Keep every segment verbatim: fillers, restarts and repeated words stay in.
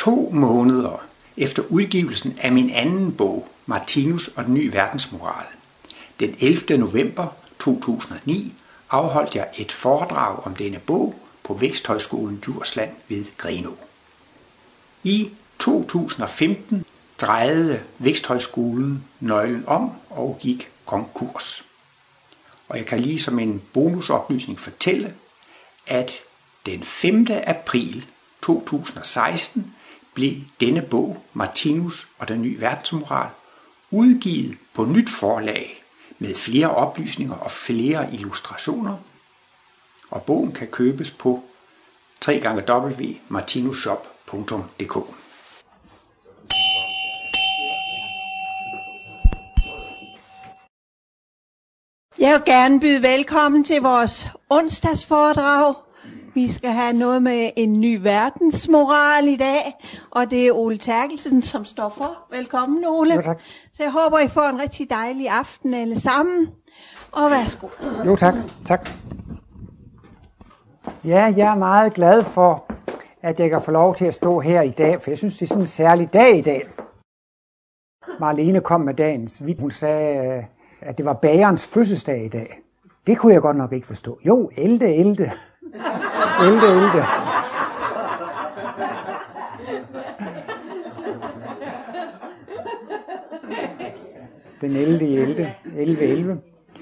To måneder efter udgivelsen af min anden bog, Martinus og den nye verdensmoral, den ellevte november to tusind og ni, afholdt jeg et foredrag om denne bog på Væksthøjskolen Djursland ved Grenaa. I to tusind og femten drejede Væksthøjskolen nøglen om og gik konkurs. Og jeg kan lige som en bonusoplysning fortælle, at den femte april to tusind og seksten blev denne bog, Martinus og den nye verdensmoral, udgivet på nyt forlag med flere oplysninger og flere illustrationer. Og bogen kan købes på w w w punktum martinusshop punktum d k. Jeg vil gerne byde velkommen til vores onsdagsforedrag. Vi skal have noget med en ny verdensmoral i dag, og det er Ole Terkelsen, som står for. Velkommen, Ole. Jo, tak. Så jeg håber, I får en rigtig dejlig aften alle sammen. Og værsgo. Jo, tak. Tak. Ja, jeg er meget glad for, at jeg kan få lov til at stå her i dag, for jeg synes, det er sådan en særlig dag i dag. Marlene kom med dagens. Hun sagde, at det var bagerens fødselsdag i dag. Det kunne jeg godt nok ikke forstå. Jo, elde, elde. Elde, elde. Den elde i elde. elleve, elleve.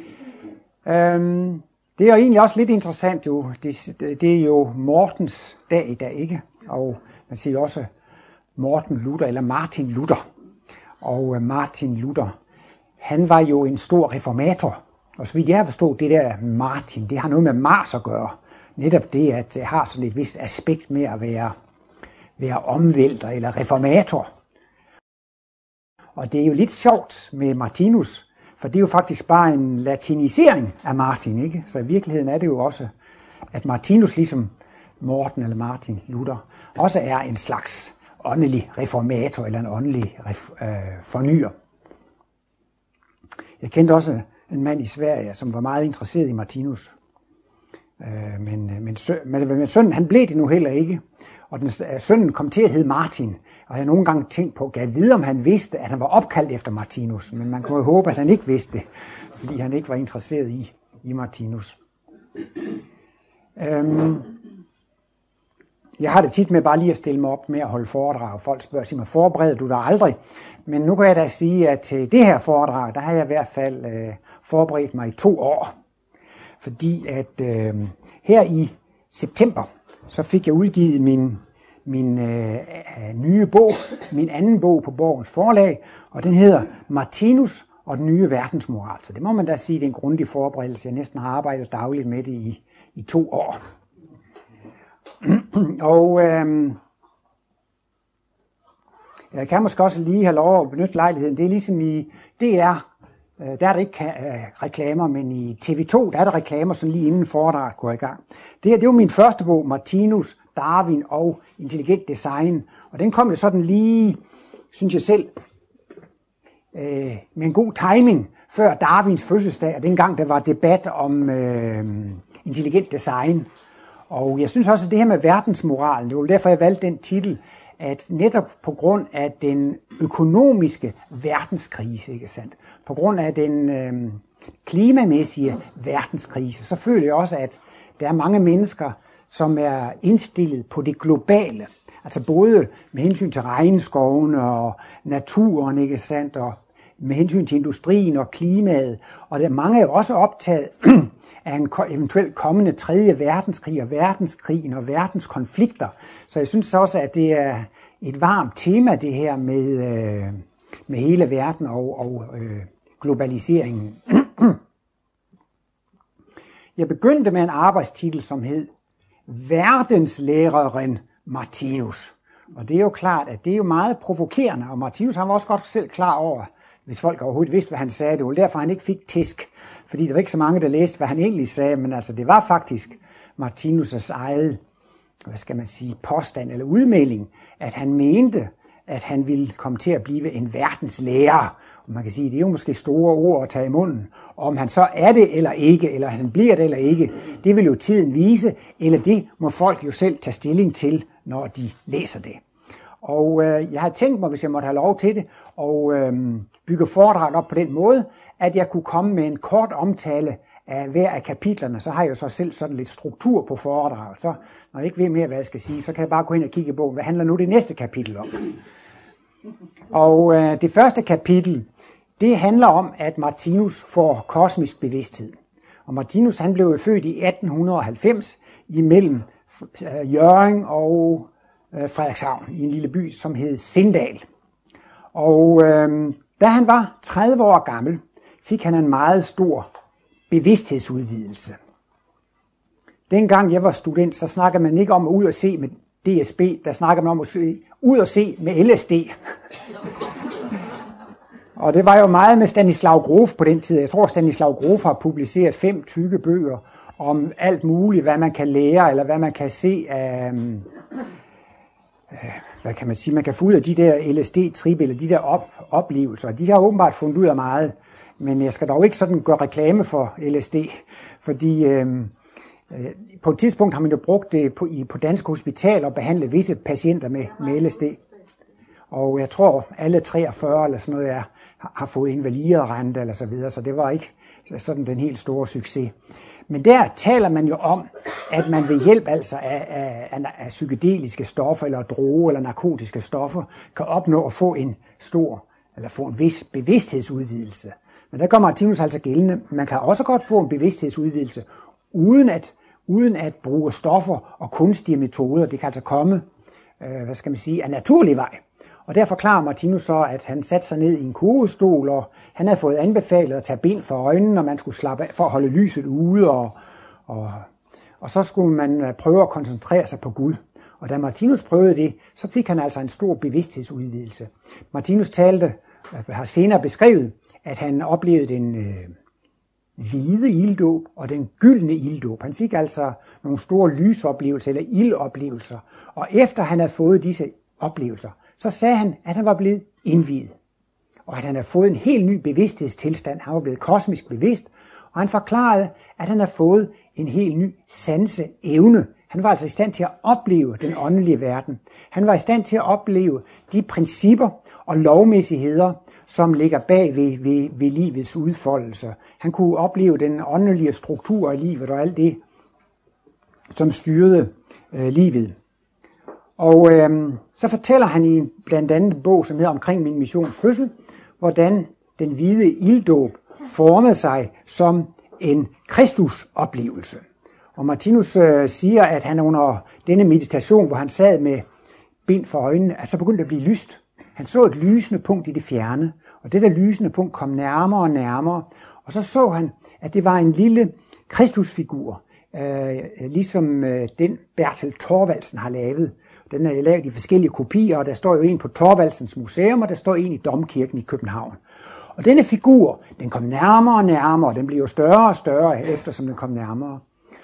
Øhm, det er jo egentlig også lidt interessant jo. Det, det er jo Mortens dag i dag, ikke? Og man siger også Morten Luther eller Martin Luther. Og Martin Luther, han var jo en stor reformator. Og så vidt jeg har forstået, det der Martin, det har noget med Mars at gøre. Netop det, at det har sådan et vist aspekt med at være, være omvælter eller reformator. Og det er jo lidt sjovt med Martinus, for det er jo faktisk bare en latinisering af Martin, ikke? Så i virkeligheden er det jo også, at Martinus, ligesom Morten eller Martin Luther, også er en slags åndelig reformator eller en åndelig ref- øh, fornyer. Jeg kendte også en mand i Sverige, som var meget interesseret i Martinus. Øh, men, men, men, men sønnen, han blev det nu heller ikke. Og den, sønnen kom til at hedde Martin. Og jeg har nogle gange tænkt på, at vide, om han vidste, at han var opkaldt efter Martinus. Men man kunne jo håbe, at han ikke vidste det, fordi han ikke var interesseret i, i Martinus. Øhm, jeg har det tit med bare lige at stille mig op med at holde foredrag. Folk spørger, sig mig, forbereder du dig aldrig? Men nu kan jeg da sige, at til det her foredrag, der har jeg i hvert fald øh, forberedt mig i to år. Fordi at øh, her i september, så fik jeg udgivet min, min øh, nye bog, min anden bog på Borgens Forlag, og den hedder Martinus og den nye verdensmoral. Så det må man da sige, det er en grundig forberedelse. Jeg næsten har arbejdet dagligt med det i, i to år. og øh, jeg kan måske også lige have lov at benytte lejligheden. Det er ligesom i D R, der er der ikke reklamer, men i T V to, der er der reklamer, sådan lige inden foredraget går i gang. Det her, det var min første bog, Martinus, Darwin og Intelligent Design. Og den kom jo sådan lige, synes jeg selv, øh, med en god timing, før Darwins fødselsdag, og dengang der var debat om øh, intelligent design. Og jeg synes også, at det her med verdensmoralen, det var derfor, jeg valgte den titel, at netop på grund af den økonomiske verdenskrise, ikke sandt? På grund af den øh, klimamæssige verdenskrise, så føler jeg også, at der er mange mennesker, som er indstillet på det globale. Altså både med hensyn til regnskovene og naturen, ikke sandt? Og med hensyn til industrien og klimaet. Og der, mange er jo også optaget af en eventuelt kommende tredje verdenskrig og verdenskrigen og verdenskonflikter. Så jeg synes også, at det er et varmt tema, det her med, øh, med hele verden og, og øh, globaliseringen. Jeg begyndte med en arbejdstitel, som hed Verdenslæreren Martinus. Og det er jo klart, at det er jo meget provokerende, og Martinus han var også godt selv klar over, hvis folk overhovedet vidste, hvad han sagde. Det var derfor, han ikke fik tæsk. Fordi der var ikke så mange, der læste, hvad han egentlig sagde, men altså det var faktisk Martinus' eget, hvad skal man sige, påstand eller udmelding, at han mente, at han ville komme til at blive en verdenslærer. Og man kan sige, det er jo måske store ord at tage i munden. Om han så er det eller ikke, eller han bliver det eller ikke, det vil jo tiden vise, eller det må folk jo selv tage stilling til, når de læser det. Og øh, jeg havde tænkt mig, hvis jeg måtte have lov til det, og øh, bygge foredraget op på den måde, at jeg kunne komme med en kort omtale af hver af kapitlerne. Så har jeg jo så selv sådan lidt struktur på foredraget. Så når jeg ikke ved mere, hvad jeg skal sige, så kan jeg bare gå ind og kigge i bogen. Hvad handler nu det næste kapitel om? Og øh, det første kapitel, det handler om, at Martinus får kosmisk bevidsthed. Og Martinus, han blev født i atten halvfems imellem Hjørring og øh, Frederikshavn i en lille by, som hed Sindal. Og øh, da han var tredive år gammel, fik han en meget stor bevidsthedsudvidelse. Dengang jeg var student, så snakkede man ikke om at ud og se med D S B, der snakkede man om at se, ud og se med L S D. Og det var jo meget med Stanislav Grof på den tid. Jeg tror, Stanislav Grof har publiceret fem tykke bøger om alt muligt, hvad man kan lære, eller hvad man kan se af, øh, hvad kan man sige, man kan få ud af de der L S D-trip, eller de der op, oplevelser. De har åbenbart fundet ud af meget, men jeg skal dog ikke sådan gøre reklame for L S D, fordi øh, øh, på et tidspunkt har man jo brugt det på, i, på danske hospitaler og behandlet visse patienter med, med L S D. Og jeg tror, alle treogfyrre eller sådan noget er, har fået invalidrente eller så videre, så det var ikke sådan den helt store succes. Men der taler man jo om, at man ved hjælp altså af, af, af psykedeliske stoffer, eller droge, eller narkotiske stoffer, kan opnå at få en stor, eller få en vis bevidsthedsudvidelse. Men der gør Martinus altså gældende. Man kan også godt få en bevidsthedsudvidelse, uden at, uden at bruge stoffer og kunstige metoder. Det kan altså komme, øh, hvad skal man sige, af naturlig vej. Og der forklarer Martinus så, at han satte sig ned i en kurvestol, og han havde fået anbefalet at tage bind for øjnene, når man skulle slappe af for at holde lyset ude, og, og, og så skulle man prøve at koncentrere sig på Gud. Og da Martinus prøvede det, så fik han altså en stor bevidsthedsudvidelse. Martinus talte, har senere beskrevet, at han oplevede den øh, hvide ilddåb og den gyldne ilddåb. Han fik altså nogle store lysoplevelser eller ildoplevelser, og efter han havde fået disse oplevelser, så sagde han, at han var blevet indviet, og at han havde fået en helt ny bevidsthedstilstand. Han var blevet kosmisk bevidst, og han forklarede, at han havde fået en helt ny sanseevne. Han var altså i stand til at opleve den åndelige verden. Han var i stand til at opleve de principper og lovmæssigheder, som ligger bag ved, ved, ved livets udfoldelse. Han kunne opleve den åndelige struktur i livet og alt det, som styrede øh, livet. Og øh, så fortæller han i blandt andet en bog, som hedder Omkring min missions fødsel, hvordan den hvide ilddåb formede sig som en Kristusoplevelse. Og Martinus øh, siger, at han under denne meditation, hvor han sad med bind for øjnene, at så begyndte at blive lyst. Han så et lysende punkt i det fjerne, og det der lysende punkt kom nærmere og nærmere, og så så han, at det var en lille Kristusfigur, øh, ligesom øh, den Bertel Thorvaldsen har lavet. Den er lavet i forskellige kopier, og der står jo en på Thorvaldsens Museum, og der står en i Domkirken i København. Og denne figur, den kom nærmere og nærmere, og den blev jo større og større, eftersom den kom nærmere.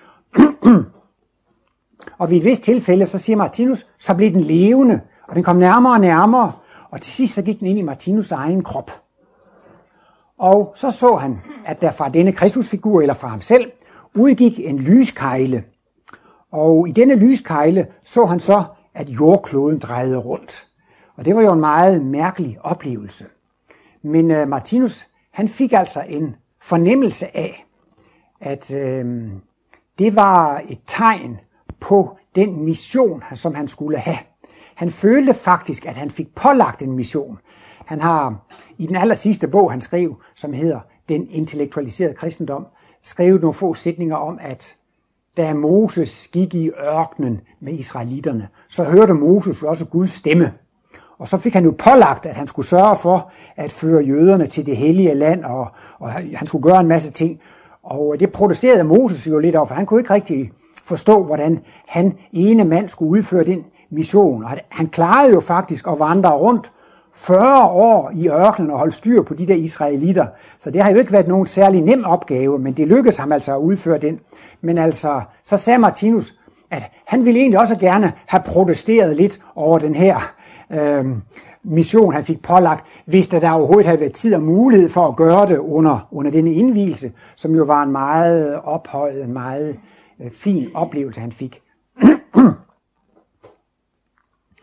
Og ved et vist tilfælde, så siger Martinus, så blev den levende, og den kom nærmere og nærmere, og til sidst så gik den ind i Martinus' egen krop. Og så så han, at der fra denne Kristusfigur, eller fra ham selv, udgik en lyskejle. Og i denne lyskejle så han så, at jordkloden drejede rundt. Og det var jo en meget mærkelig oplevelse. Men uh, Martinus, han fik altså en fornemmelse af, at øh, det var et tegn på den mission, som han skulle have. Han følte faktisk, at han fik pålagt en mission. Han har i den aller sidste bog, han skrev, som hedder Den intellektualiserede kristendom, skrevet nogle få sætninger om, at da Moses gik i ørkenen med israelitterne, så hørte Moses også Guds stemme. Og så fik han jo pålagt, at han skulle sørge for at føre jøderne til det hellige land, og, og han skulle gøre en masse ting. Og det protesterede Moses jo lidt over, for han kunne ikke rigtig forstå, hvordan han ene mand skulle udføre den mission. Og han klarede jo faktisk at vandre rundt fyrre år i ørkenen og holde styr på de der israelitter. Så det har jo ikke været nogen særlig nem opgave, men det lykkedes ham altså at udføre den. Men altså, så sagde Martinus, at han ville egentlig også gerne have protesteret lidt over den her øh, mission, han fik pålagt, hvis der, der overhovedet havde været tid og mulighed for at gøre det under, under denne indvielse, som jo var en meget ophøjet, en meget øh, fin oplevelse, han fik.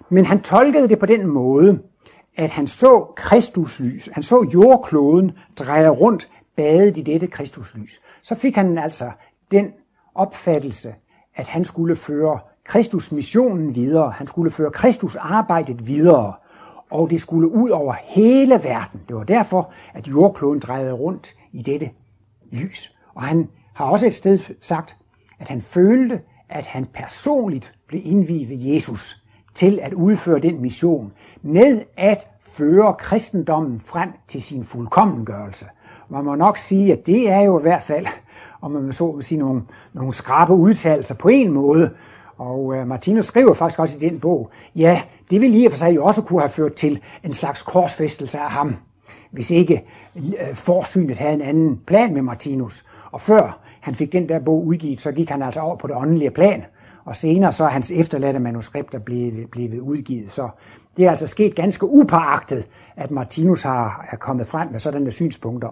Men han tolkede det på den måde, at han så Kristuslys, han så jordkloden dreje rundt, badet i dette Kristuslys. Så fik han altså den opfattelse, at han skulle føre Kristus missionen videre, han skulle føre Kristus arbejdet videre, og det skulle ud over hele verden. Det var derfor, at jordkloden drejede rundt i dette lys. Og han har også et sted sagt, at han følte, at han personligt blev indviet ved Jesus til at udføre den mission, med at føre kristendommen frem til sin fuldkommengørelse. Man må nok sige, at det er jo i hvert fald, om man så vil sige, nogle, nogle skrappe udtalelser på en måde. Og uh, Martinus skriver faktisk også i den bog, ja, det ville i og for sig jo også kunne have ført til en slags korsfæstelse af ham, hvis ikke uh, forsynet havde en anden plan med Martinus. Og før han fik den der bog udgivet, så gik han altså over på det åndelige plan, og senere så er hans efterladte manuskripter blevet, blevet udgivet. Så det er altså sket ganske upåagtet, at Martinus har er kommet frem med sådanne synspunkter.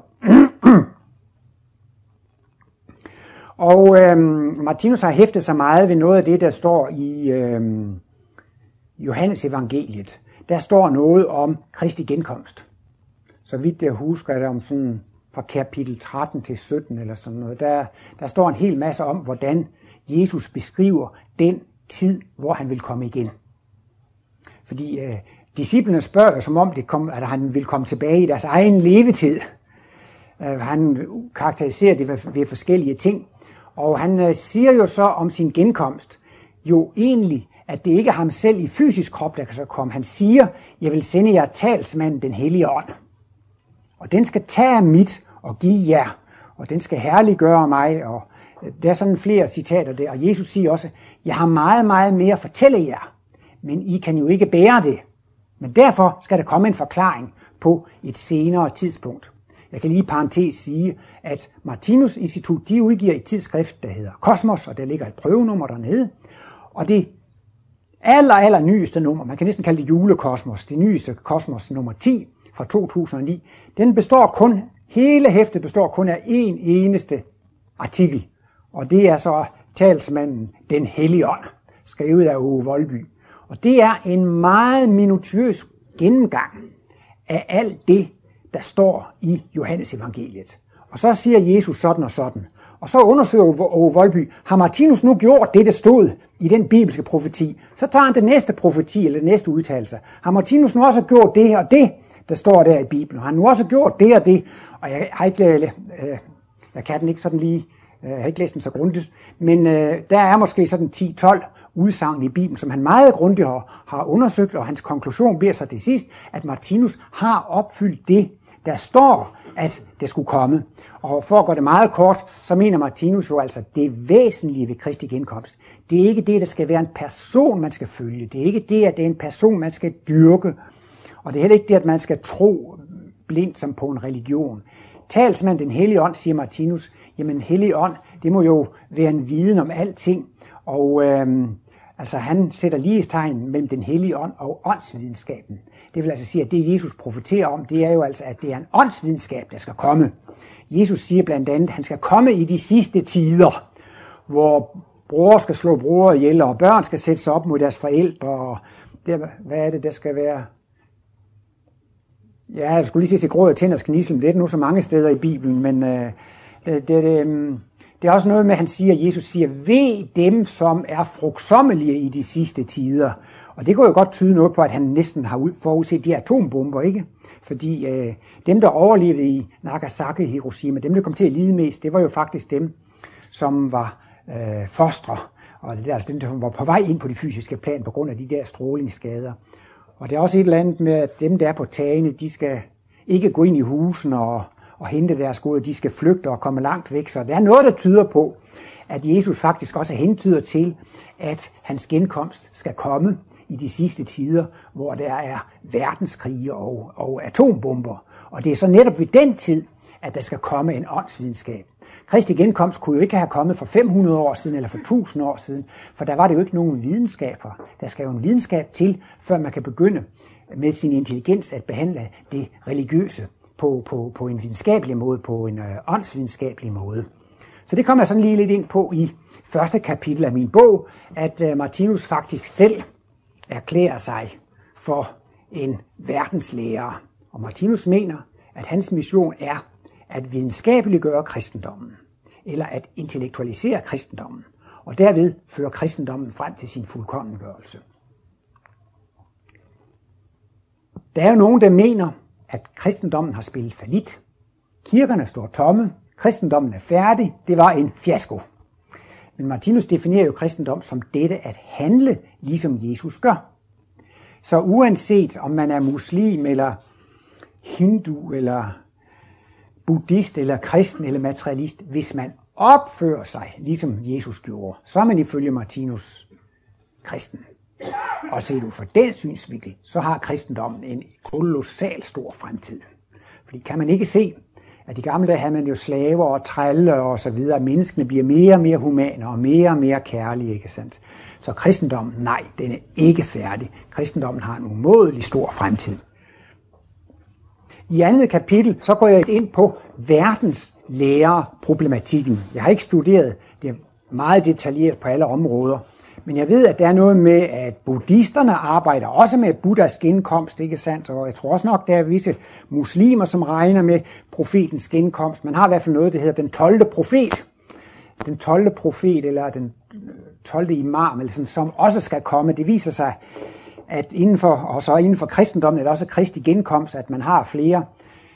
Og øhm, Martinus har hæftet sig meget ved noget af det, der står i øhm, Johannes evangeliet. Der står noget om Kristi genkomst. Så vidt jeg husker, er det om sådan fra kapitel tretten til sytten eller sådan noget. Der, der står en hel masse om, hvordan Jesus beskriver den tid, hvor han vil komme igen. Fordi øh, disciplene spørger som om, det kom, at han vil komme tilbage i deres egen levetid. Øh, han karakteriserer det ved, ved forskellige ting. Og han øh, siger jo så om sin genkomst, jo egentlig, at det ikke er ham selv i fysisk krop, der kan så komme. Han siger, jeg vil sende jer talsmanden, den hellige ånd. Og den skal tage mit og give jer, og den skal herliggøre mig. Og der er sådan flere citater der. Og Jesus siger også, jeg har meget, meget mere at fortælle jer, men I kan jo ikke bære det. Men derfor skal der komme en forklaring på et senere tidspunkt. Jeg kan lige i parentes sige, at Martinus Institut, de udgiver et tidsskrift, der hedder Kosmos, og der ligger et prøvenummer dernede. Og det aller, aller nyeste nummer, man kan næsten kalde det julekosmos, det nyeste Kosmos nummer ti fra to tusind og ni, den består kun, hele hæftet består kun af en eneste artikel. Og det er så talsmanden Den Hellige Ånd, skrevet af Åge Voldby. Og det er en meget minutiøs gennemgang af alt det, der står i Johannes evangeliet. Og så siger Jesus sådan og sådan. Og så undersøger Åge Voldby, har Martinus nu gjort det, der stod i den bibelske profeti? Så tager han det næste profeti, eller det næste udtalelse. Har Martinus nu også gjort det og det, der står der i Bibelen? Har han nu også gjort det og det? Og jeg har ikke, øh, jeg kan den ikke sådan lige, øh, jeg har ikke læst den så grundigt, men øh, der er måske sådan ti tolv udsagn i Bibelen, som han meget grundigt har, har undersøgt, og hans konklusion bliver så til sidst, at Martinus har opfyldt det, der står, at det skulle komme. Og for at gøre det meget kort, så mener Martinus jo altså, det væsentlige ved Kristi genkomst. Det er ikke det, der skal være en person, man skal følge. Det er ikke det, at det er en person, man skal dyrke. Og det er heller ikke det, at man skal tro blindt som på en religion. Talsmand den hellige ånd, siger Martinus, jamen hellige ånd, det må jo være en viden om alting. Og øhm, altså han sætter lighedstegn mellem den hellige ånd og åndsvidenskaben. Det vil altså sige, at det Jesus profeterer om, det er jo altså, at det er en åndsvidenskab, der skal komme. Jesus siger blandt andet, at han skal komme i de sidste tider, hvor bror skal slå bror ihjel, og børn skal sætte sig op mod deres forældre, og det, hvad er det, der skal være? Ja, jeg skulle lige sige til gråd og tænders knissel, det er nu så mange steder i Bibelen, men øh, det, det, det, det er også noget med, at han siger, at Jesus siger, ved dem, som er frugtsommelige i de sidste tider. Og det kunne jo godt tyde noget på, at han næsten har forudset de atombomber, ikke? Fordi øh, dem, der overlevede i Nagasaki, Hiroshima, dem, der kom til at lide mest, det var jo faktisk dem, som var øh, fostre. Og det er altså dem, der var på vej ind på de fysiske plan på grund af de der strålingsskader. Og det er også et eller andet med, at dem, der er på tagene, de skal ikke gå ind i husene og, og hente deres goder. De skal flygte og komme langt væk. Så der er noget, der tyder på, at Jesus faktisk også hentyder til, at hans genkomst skal komme i de sidste tider, hvor der er verdenskrige og, og atombomber. Og det er så netop ved den tid, at der skal komme en åndsvidenskab. Kristi genkomst kunne jo ikke have kommet for fem hundrede år siden eller for tusind år siden, for der var det jo ikke nogen videnskaber. Der skal jo en videnskab til, før man kan begynde med sin intelligens at behandle det religiøse på, på, på en videnskabelig måde, på en øh, åndsvidenskabelig måde. Så det kommer jeg sådan lige lidt ind på i første kapitel af min bog, at øh, Martinus faktisk selv erklærer sig for en verdenslærer. Og Martinus mener, at hans mission er at videnskabeliggøre kristendommen, eller at intellektualisere kristendommen, og derved føre kristendommen frem til sin fuldkommengørelse. Der er jo nogen, der mener, at kristendommen har spillet fallit. Kirkerne står tomme, kristendommen er færdig, det var en fiasko. Men Martinus definerer jo kristendom som dette at handle, ligesom Jesus gør. Så uanset om man er muslim, eller hindu, eller buddhist, eller kristen, eller materialist, hvis man opfører sig, ligesom Jesus gjorde, så er man ifølge Martinus kristen. Og ser du fra den synsvinkel, så har kristendommen en kolossal stor fremtid. Fordi kan man ikke se, at i gamle dage havde man jo slaver og trælle og så videre. Menneskene bliver mere og mere humane og mere og mere kærlige, ikke sandt? Så kristendommen, nej, den er ikke færdig. Kristendommen har en umådelig stor fremtid. I andet kapitel, så går jeg ind på verdenslærerproblematikken. Jeg har ikke studeret det meget detaljeret på alle områder, men jeg ved, at der er noget med, at buddhisterne arbejder også med Buddhas genkomst, ikke sandt? Og jeg tror også nok, der er visse muslimer, som regner med profetens genkomst. Man har i hvert fald noget, der hedder den tolvte profet. Den tolvte profet, eller den tolvte imam, eller sådan, som også skal komme. Det viser sig, at inden for, og så inden for kristendommen er der også Kristi genkomst, at man har flere.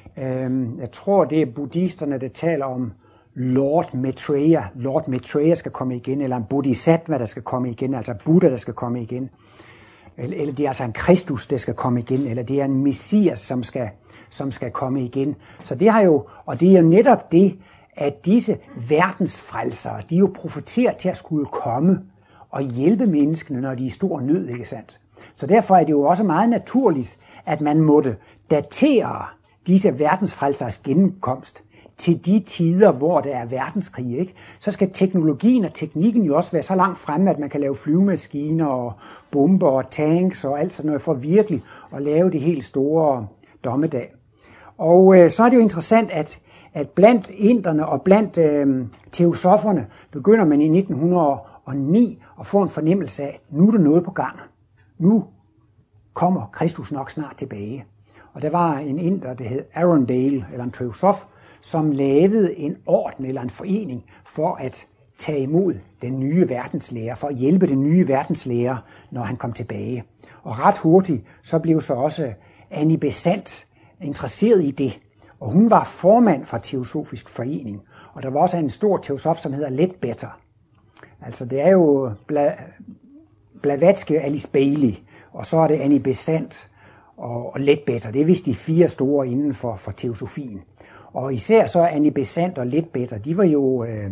Jeg tror, det er buddhisterne, der taler om Lord Maitreya. Lord Maitreya skal komme igen, eller en bodhisattva, der skal komme igen, altså Buddha, der skal komme igen. Eller, eller det er altså en Kristus, der skal komme igen, eller det er en Messias, som skal, som skal komme igen. Så det har jo, og det er jo netop det, at disse verdensfrelsere, de er jo profeteret til at skulle komme og hjælpe menneskene, når de er i stor nød, ikke sandt? Så derfor er det jo også meget naturligt, at man måtte datere disse verdensfrelseres genkomst til de tider, hvor der er verdenskrig, ikke? Så skal teknologien og teknikken jo også være så langt fremme, at man kan lave flyvemaskiner og bomber og tanks og alt sådan noget for virkelig at lave det helt store dommedag. Og øh, så er det jo interessant, at, at blandt inderne og blandt øh, teosoferne begynder man i nitten hundrede og ni at få en fornemmelse af, nu er der noget på gang. Nu kommer Kristus nok snart tilbage. Og der var en inder, der hed Arundel, eller en teosof, som lavede en orden eller en forening for at tage imod den nye verdenslærer, for at hjælpe den nye verdenslærer, når han kom tilbage. Og ret hurtigt, så blev så også Annie Besant interesseret i det. Og hun var formand for Teosofisk Forening. Og der var også en stor teosof, som hedder Ledbetter. Altså det er jo Blavatsky og Alice Bailey, og så er det Annie Besant og Ledbetter. Det er vist de fire store inden for, for teosofien. Og især så Annie Besant og Ledbetter, de var jo øh,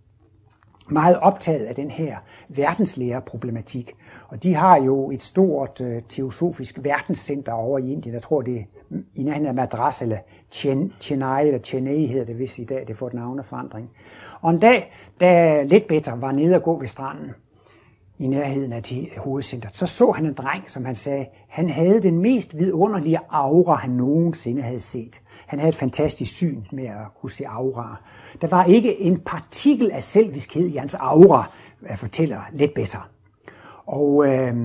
meget optaget af den her verdenslærerproblematik. Og de har jo et stort øh, teosofisk verdenscenter over i Indien. Jeg tror, det er i nærheden af Madras, eller Chennai, eller Chennai hedder det vist i dag, det får et navneforandring. Og en dag, da Ledbetter var nede og gå ved stranden, i nærheden af hovedcentret, så så han en dreng, som han sagde, han havde den mest vidunderlige aura, han nogensinde havde set. Han havde et fantastisk syn med at kunne se aura. Der var ikke en partikel af selviskhed i hans aura, fortæller Ledbetter. Og øh,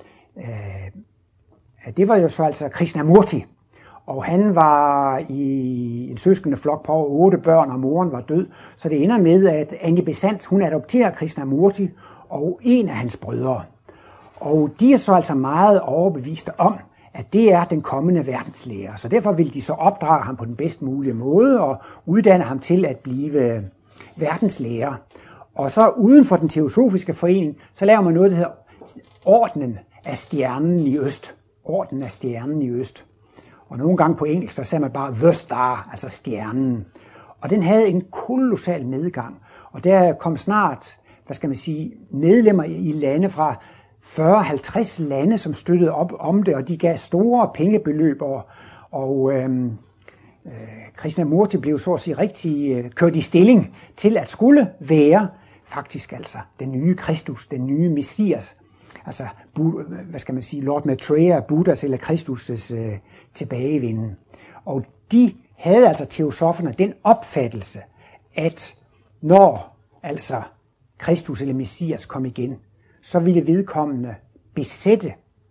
øh, det var jo så altså Krishnamurti. Og han var i en søskende flok på over otte børn, og moren var død. Så det ender med, at Annie Besant, hun adopterer Krishnamurti og en af hans brødre. Og de er så altså meget overbeviste om, at det er den kommende verdenslærer. Så derfor vil de så opdrage ham på den bedst mulige måde og uddanne ham til at blive verdenslærer. Og så uden for den teosofiske forening, så laver man noget, der hedder Ordenen af Stjernen i Øst. Ordenen af Stjernen i Øst. Og nogle gange på engelsk, så sagde man bare The Star, altså stjernen. Og den havde en kolossal medgang. Og der kom snart, hvad skal man sige, medlemmer i lande fra fyrre til halvtreds lande, som støttede op om det, og de gav store pengebeløb, og, og øhm, øh, Krishnamurti blev så at sige rigtig øh, kørt i stilling til at skulle være faktisk altså den nye Kristus, den nye Messias, altså hvad skal man sige, Lord Maitreya, Buddhas eller Kristus' øh, tilbagevenden. Og de havde altså teosoferne den opfattelse, at når altså Kristus eller Messias kom igen, så ville vedkommende besætte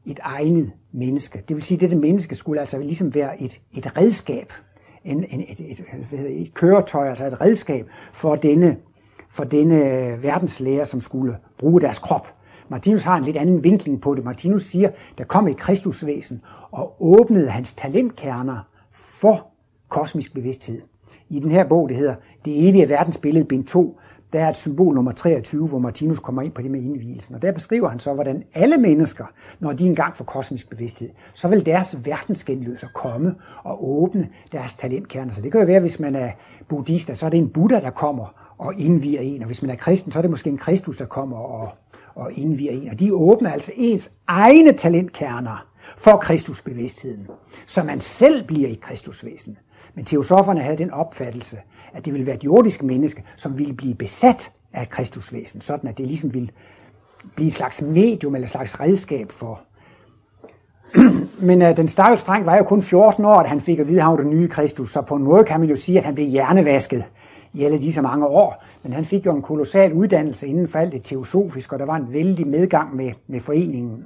et egnet menneske. Det vil sige, at dette menneske skulle altså ligesom være et, et redskab, en, en, et, et, et, et køretøj, altså et redskab for denne, for denne verdenslærer, som skulle bruge deres krop. Martinus har en lidt anden vinkling på det. Martinus siger, der kom et kristusvæsen og åbnede hans talentkerner for kosmisk bevidsthed. I den her bog, det hedder Det evige verdensbillede, bind to, der er et symbol nummer treogtyve, hvor Martinus kommer ind på det med indvielsen. Og der beskriver han så, hvordan alle mennesker, når de engang får kosmisk bevidsthed, så vil deres verdensgenløser komme og åbne deres talentkerner. Så det kan jo være, hvis man er buddhist, så er det en Buddha, der kommer og indvier en. Og hvis man er kristen, så er det måske en Kristus, der kommer og, og indvier en. Og de åbner altså ens egne talentkerner for Kristusbevidstheden, så man selv bliver et Kristusvæsen. Men teosoferne havde den opfattelse, at det ville være et jordisk menneske, som ville blive besat af et Kristusvæsen, sådan at det ligesom ville blive et slags medium eller et slags redskab for. Men uh, den stakkels dreng var jo kun fjorten år, da han fik at vide, at han var den nye Kristus, så på en måde kan man jo sige, at han blev hjernevasket i alle disse mange år. Men han fik jo en kolossal uddannelse inden for alt det teosofiske, og der var en vældig medgang med, med foreningen.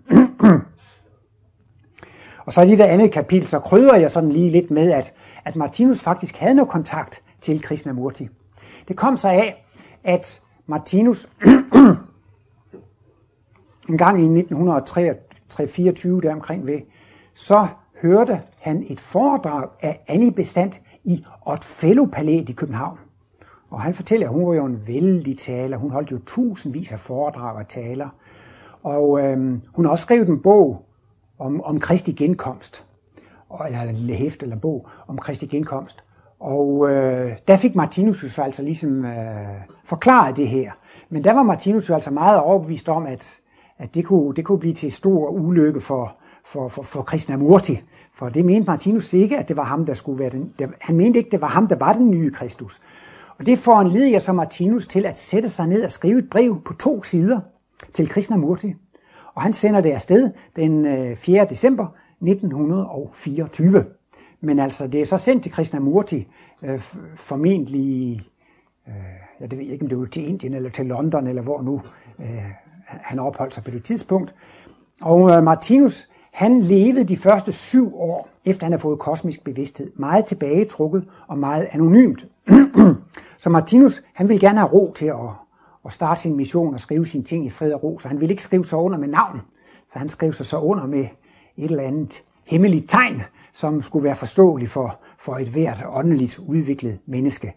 Og så i det andet kapitel, så krydrer jeg sådan lige lidt med, at, at Martinus faktisk havde noget kontakt til Krishnamurti. Det kom så af, at Martinus en gang i nitten fireogtyve deromkring ved, så hørte han et foredrag af Annie Besant i Othello-palæet i København. Og han fortæller, at hun var jo en vældig taler. Hun holdt jo tusindvis af foredrag og taler. Og øhm, hun har også skrevet en bog om, om Kristi genkomst. Eller en lille hæft eller bog om Kristi genkomst. Og øh, der fik Martinus jo så altså ligesom øh, forklaret det her. Men der var Martinus jo altså meget overbevist om, at, at det, kunne, det kunne blive til stor ulykke for, for, for, for Krishnamurti. For det mente Martinus ikke, at det var ham, der skulle være den. Der, han mente ikke, at det var ham, der var den nye Kristus. Og det foranlediger så Martinus til at sætte sig ned og skrive et brev på to sider til Krishnamurti. Og han sender det afsted den fjerde december nitten fireogtyve. Men altså, det er så sendt til Krishnamurti, øh, formentlig, øh, jeg ved ikke, om det var til Indien eller til London, eller hvor nu øh, han opholdt sig på det tidspunkt. Og øh, Martinus, han levede de første syv år, efter han havde fået kosmisk bevidsthed, meget tilbagetrukket og meget anonymt. Så Martinus, han ville gerne have ro til at, at starte sin mission og skrive sine ting i fred og ro, så han ville ikke skrive sig under med navn. Så han skrev sig så under med et eller andet hemmeligt tegn, som skulle være forståelig for, for et hvert åndeligt udviklet menneske.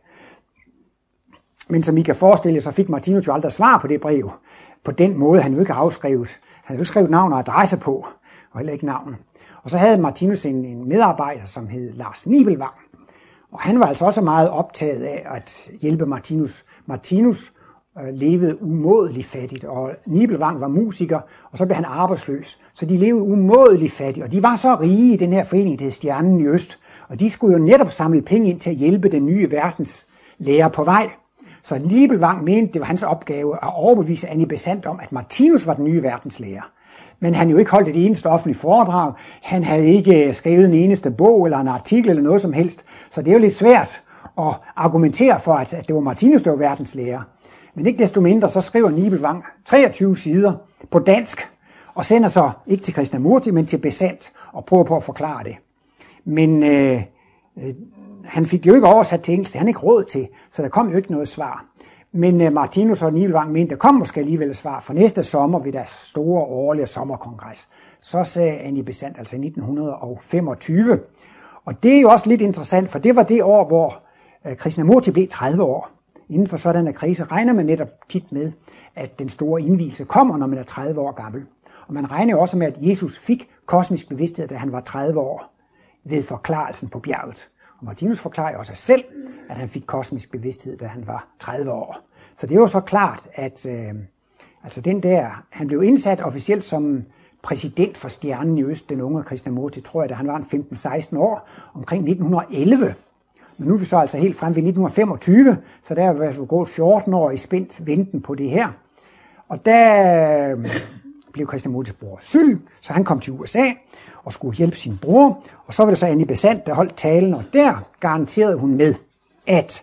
Men som I kan forestille jer, så fik Martinus jo aldrig svar på det brev. På den måde, han jo ikke afskrevet. Han havde jo skrevet navn og adresse på, og heller ikke navn. Og så havde Martinus en, en medarbejder, som hed Lars Nibelvang. Og han var altså også meget optaget af at hjælpe Martinus. Martinus øh, levede umådeligt fattigt, og Nibelvang var musiker, og så blev han arbejdsløs. Så de levede umådeligt fattigt, og de var så rige i den her forening, der hed Stjernen i Øst. Og de skulle jo netop samle penge ind til at hjælpe den nye verdens lærer på vej. Så Nibelvang mente, det var hans opgave at overbevise Annie Besant om, at Martinus var den nye verdenslærer. Men han jo ikke holdt et eneste offentligt foredrag. Han havde ikke skrevet en eneste bog eller en artikel eller noget som helst. Så det er jo lidt svært at argumentere for, at det var Martinus, der var verdenslærer. Men ikke desto mindre, så skriver Nibelvang treogtyve sider på dansk, og sender så ikke til Krishnamurti, men til Besant, og prøver på at forklare det. Men øh, øh, han fik jo ikke oversat til engelsk, det han ikke råd til, så der kom jo ikke noget svar. Men øh, Martinus og Nibelvang mente, der kom måske alligevel et svar, for næste sommer ved deres store årlige sommerkongres. Så sagde Annie Besant, altså i nitten femogtyve. Og det er jo også lidt interessant, for det var det år, hvor øh, Krishnamurti blev tredive år. Inden for sådanne krise regner man netop tit med, at den store indvielse kommer, når man er tredive år gammel. Og man regner jo også med, at Jesus fik kosmisk bevidsthed, da han var tredive år, ved forklarelsen på bjerget. Og Martinus forklarer også selv, at han fik kosmisk bevidsthed, da han var tredive år. Så det er jo så klart, at øh, altså den der, han blev indsat officielt som præsident for Stjernen i Øst, den unge Krishnamurti, tror jeg, da han var en femten seksten år, omkring nitten elleve. Men nu er vi så altså helt frem ved nitten femogtyve, så der er jo gået fjorten år i spændt venten på det her. Og der blev Krishnamurtis bror syg, så han kom til U S A og skulle hjælpe sin bror. Og så var det så Annie Besant, der holdt talen, og der garanterede hun med, at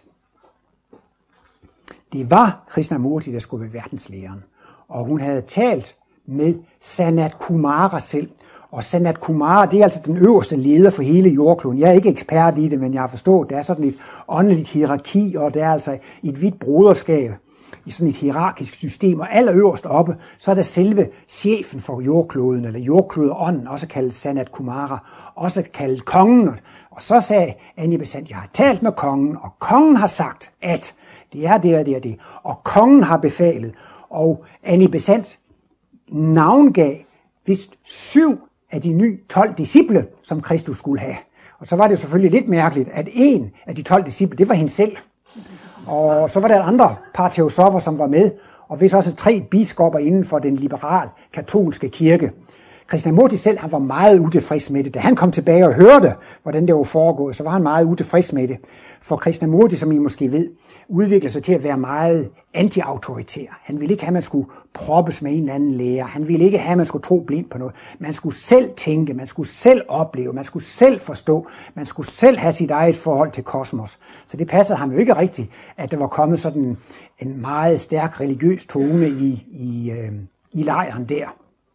det var Krishnamurti, der skulle være verdenslæreren. Og hun havde talt med Sanat Kumara selv. Og Sanat Kumara, det er altså den øverste leder for hele jordkloden. Jeg er ikke ekspert i det, men jeg har forstået, det er sådan et åndeligt hierarki, og det er altså et vidt broderskab i sådan et hierarkisk system. Og allerøverst oppe, så er der selve chefen for jordkloden, eller jordklodeånden, også kaldet Sanat Kumara, også kaldet kongen. Og så sagde Annie Besant, jeg har talt med kongen, og kongen har sagt, at det er det og det og det. Og kongen har befalet, og Annie Besant navngav vist syv af de nye tolv disciple, som Kristus skulle have. Og så var det selvfølgelig lidt mærkeligt, at en af de tolv disciple, det var hende selv. Og så var der andre par teosofer, som var med, og vist også tre biskopper inden for den liberal-katolske kirke. Krishnamurti selv, han var meget utilfreds med det. Da han kom tilbage og hørte, hvordan det var foregået, så var han meget utilfreds med det. For Krishnamurti, som I måske ved, udviklede sig til at være meget anti-autoritær. Han ville ikke have, at man skulle proppes med en eller anden lærer. Han ville ikke have, at man skulle tro blindt på noget. Man skulle selv tænke, man skulle selv opleve, man skulle selv forstå, man skulle selv have sit eget forhold til kosmos. Så det passede ham jo ikke rigtigt, at der var kommet sådan en meget stærk religiøs tone i, i, øh, i lejren der.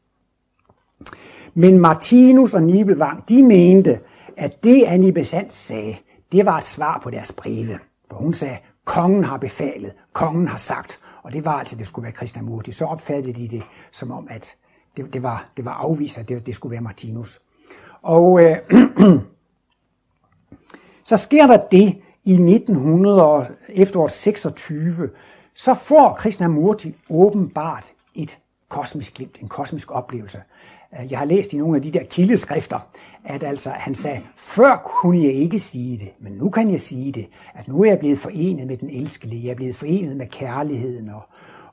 Men Martinus og Nibelvang, de mente, at det Annie Besant sagde, det var et svar på deres breve. For hun sagde, kongen har befalet, kongen har sagt, og det var altså, det skulle være Krishnamurti. Så opfattede de det som om, at det, det, var, det var afvist, at det, det skulle være Martinus. Og øh, så sker der det i nitten hundrede, efteråret seksogtyve, så får Krishnamurti åbenbart et kosmisk glimt, en kosmisk oplevelse. Jeg har læst i nogle af de der kildeskrifter, at altså, han sagde, før kunne jeg ikke sige det, men nu kan jeg sige det, at nu er jeg blevet forenet med den elskede, jeg er blevet forenet med kærligheden. Og,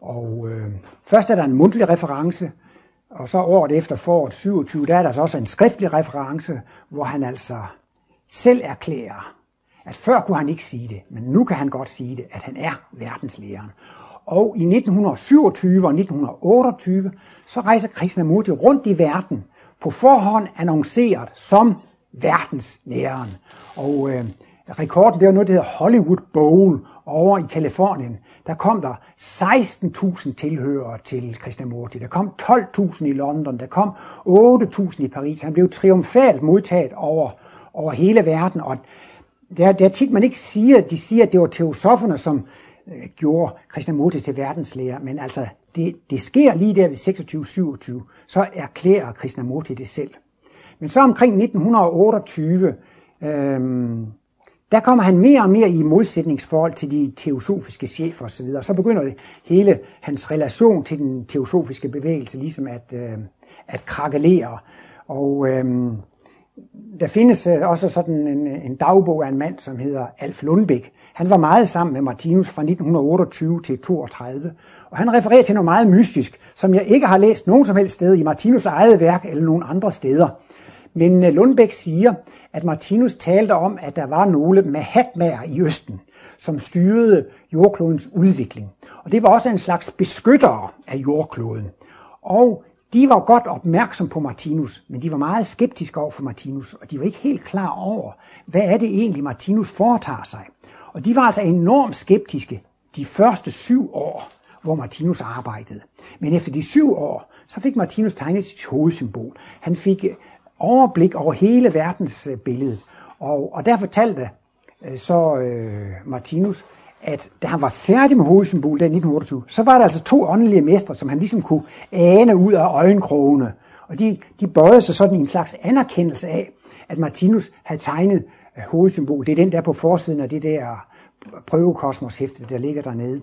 og øh, først er der en mundtlig reference, og så året efter foråret syvogtyve, der er der så også en skriftlig reference, hvor han altså selv erklærer, at før kunne han ikke sige det, men nu kan han godt sige det, at han er verdenslæreren. Og i nitten syvogtyve og nitten otteogtyve, så rejser Krishnamurti rundt i verden, på forhånd annonceret som verdenslæreren. Og øh, rekorden, det var noget, der hedder Hollywood Bowl over i Kalifornien. Der kom der seksten tusind tilhørere til Krishnamurti. Der kom tolv tusind i London. Der kom otte tusind i Paris. Han blev triumfalt modtaget over, over hele verden. Og der, der tit man ikke siger, de siger, at det var teosoferne, som øh, gjorde Krishnamurti til verdenslærer. Men altså, det, det sker lige der ved seksogtyve syvogtyve. Så erklærer Krishnamurti det selv. Men så omkring nitten otteogtyve, øhm, der kommer han mere og mere i modsætningsforhold til de teosofiske chefer osv. Så begynder det hele hans relation til den teosofiske bevægelse ligesom at, øh, at krakelere. Og øhm, der findes også sådan en, en dagbog af en mand, som hedder Alf Lundbæk. Han var meget sammen med Martinus fra nitten otteogtyve til toogtredive. Og han refererer til noget meget mystisk, som jeg ikke har læst nogen som helst sted i Martinus' eget værk eller nogen andre steder. Men Lundbæk siger, at Martinus talte om, at der var nogle mahatmaer i Østen, som styrede jordklodens udvikling. Og det var også en slags beskyttere af jordkloden. Og de var godt opmærksom på Martinus, men de var meget skeptiske over for Martinus, og de var ikke helt klar over, hvad er det egentlig Martinus foretager sig. Og de var altså enormt skeptiske de første syv år, hvor Martinus arbejdede. Men efter de syv år, så fik Martinus tegnet sit hovedsymbol. Han fik overblik over hele verdensbilledet. Og, og der fortalte så øh, Martinus, at da han var færdig med hovedsymbolet i nitten otteogtyve, så var der altså to åndelige mestre, som han ligesom kunne ane ud af øjenkrogene. Og de, de bøjede sig sådan i en slags anerkendelse af, at Martinus havde tegnet øh, hovedsymbol. Det er den der på forsiden af det der prøvekosmoshæfte, der ligger dernede.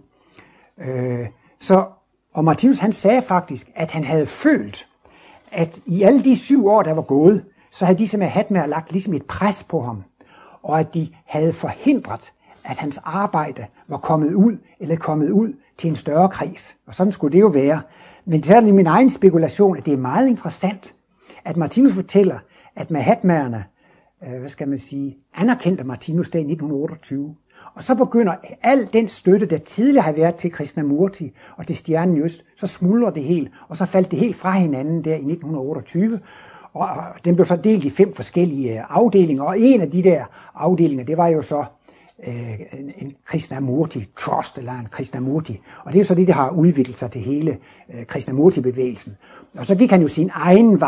Øh, så, og Martinus han sagde faktisk, at han havde følt, at i alle de syv år, der var gået, så havde de som hat med at lagt ligesom et pres på ham, og at de havde forhindret, at hans arbejde var kommet ud, eller kommet ud til en større kreds. Og sådan skulle det jo være. Men det er i min egen spekulation, at det er meget interessant, at Martinus fortæller, at mahatmaerne, øh, hvad skal man sige, anerkendte Martinus der i nitten otteogtyve. Og så begynder al den støtte, der tidligere har været til Krishnamurti og til Stjernen i Øst, så smuldrer det helt, og så faldt det helt fra hinanden der i nitten otteogtyve. Og den blev så delt i fem forskellige afdelinger, og en af de der afdelinger, det var jo så øh, en Krishnamurti Trust, eller en Krishnamurti. Og det er så det, der har udviklet sig til hele øh, Krishnamurti-bevægelsen. Og så gik han jo sin egen vej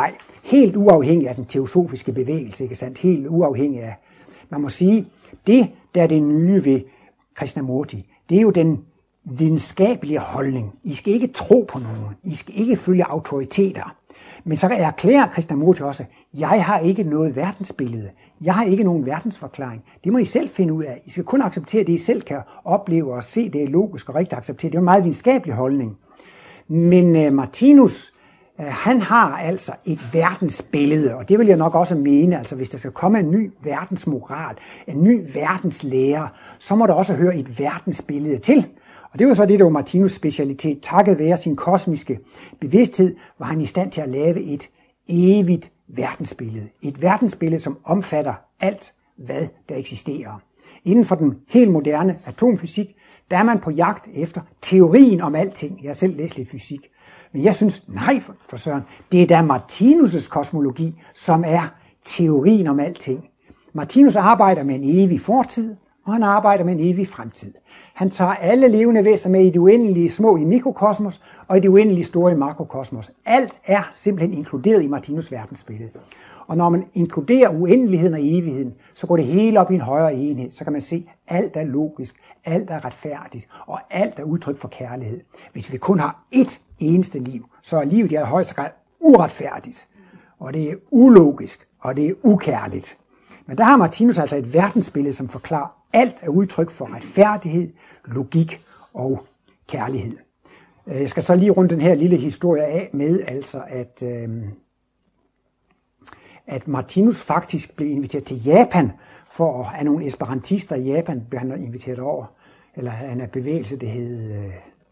helt uafhængig af den teosofiske bevægelse, ikke sandt? Helt uafhængig af, man må sige, det, der er det nye ved Krishnamurti, det er jo den videnskabelige holdning. I skal ikke tro på nogen. I skal ikke følge autoriteter. Men så erklærer Krishnamurti også, jeg har ikke noget verdensbillede. Jeg har ikke nogen verdensforklaring. Det må I selv finde ud af. I skal kun acceptere det, I selv kan opleve og se, det er logisk og rigtigt acceptere. Det er jo en meget videnskabelig holdning. Men uh, Martinus, uh, han har altså et verdensbillede, og det vil jeg nok også mene, altså hvis der skal komme en ny verdensmoral, en ny verdenslære, så må der også høre et verdensbillede til. Og det var så det, der var Martinus' specialitet. Takket være sin kosmiske bevidsthed, var han i stand til at lave et evigt verdensbillede. Et verdensbillede, som omfatter alt, hvad der eksisterer. Inden for den helt moderne atomfysik, der er man på jagt efter teorien om alting. Jeg har selv læst lidt fysik. Men jeg synes, nej for søren, det er da Martinus' kosmologi, som er teorien om alting. Martinus arbejder med en evig fortid, og han arbejder med en evig fremtid. Han tager alle levende væsener med i det uendelige små i mikrokosmos, og i det uendelige store i makrokosmos. Alt er simpelthen inkluderet i Martinus' verdensbillede. Og når man inkluderer uendeligheden og evigheden, så går det hele op i en højere enhed. Så kan man se, at alt er logisk, alt er retfærdigt, og alt er udtryk for kærlighed. Hvis vi kun har ét eneste liv, så er livet i højeste grad uretfærdigt, og det er ulogisk, og det er ukærligt. Men der har Martinus altså et verdensbillede, som forklarer, alt er udtryk for retfærdighed, logik og kærlighed. Jeg skal så lige runde den her lille historie af med, altså at, øh, at Martinus faktisk blev inviteret til Japan, for at nogle esperantister i Japan blev han inviteret over, eller han er bevægelse, det hed øh,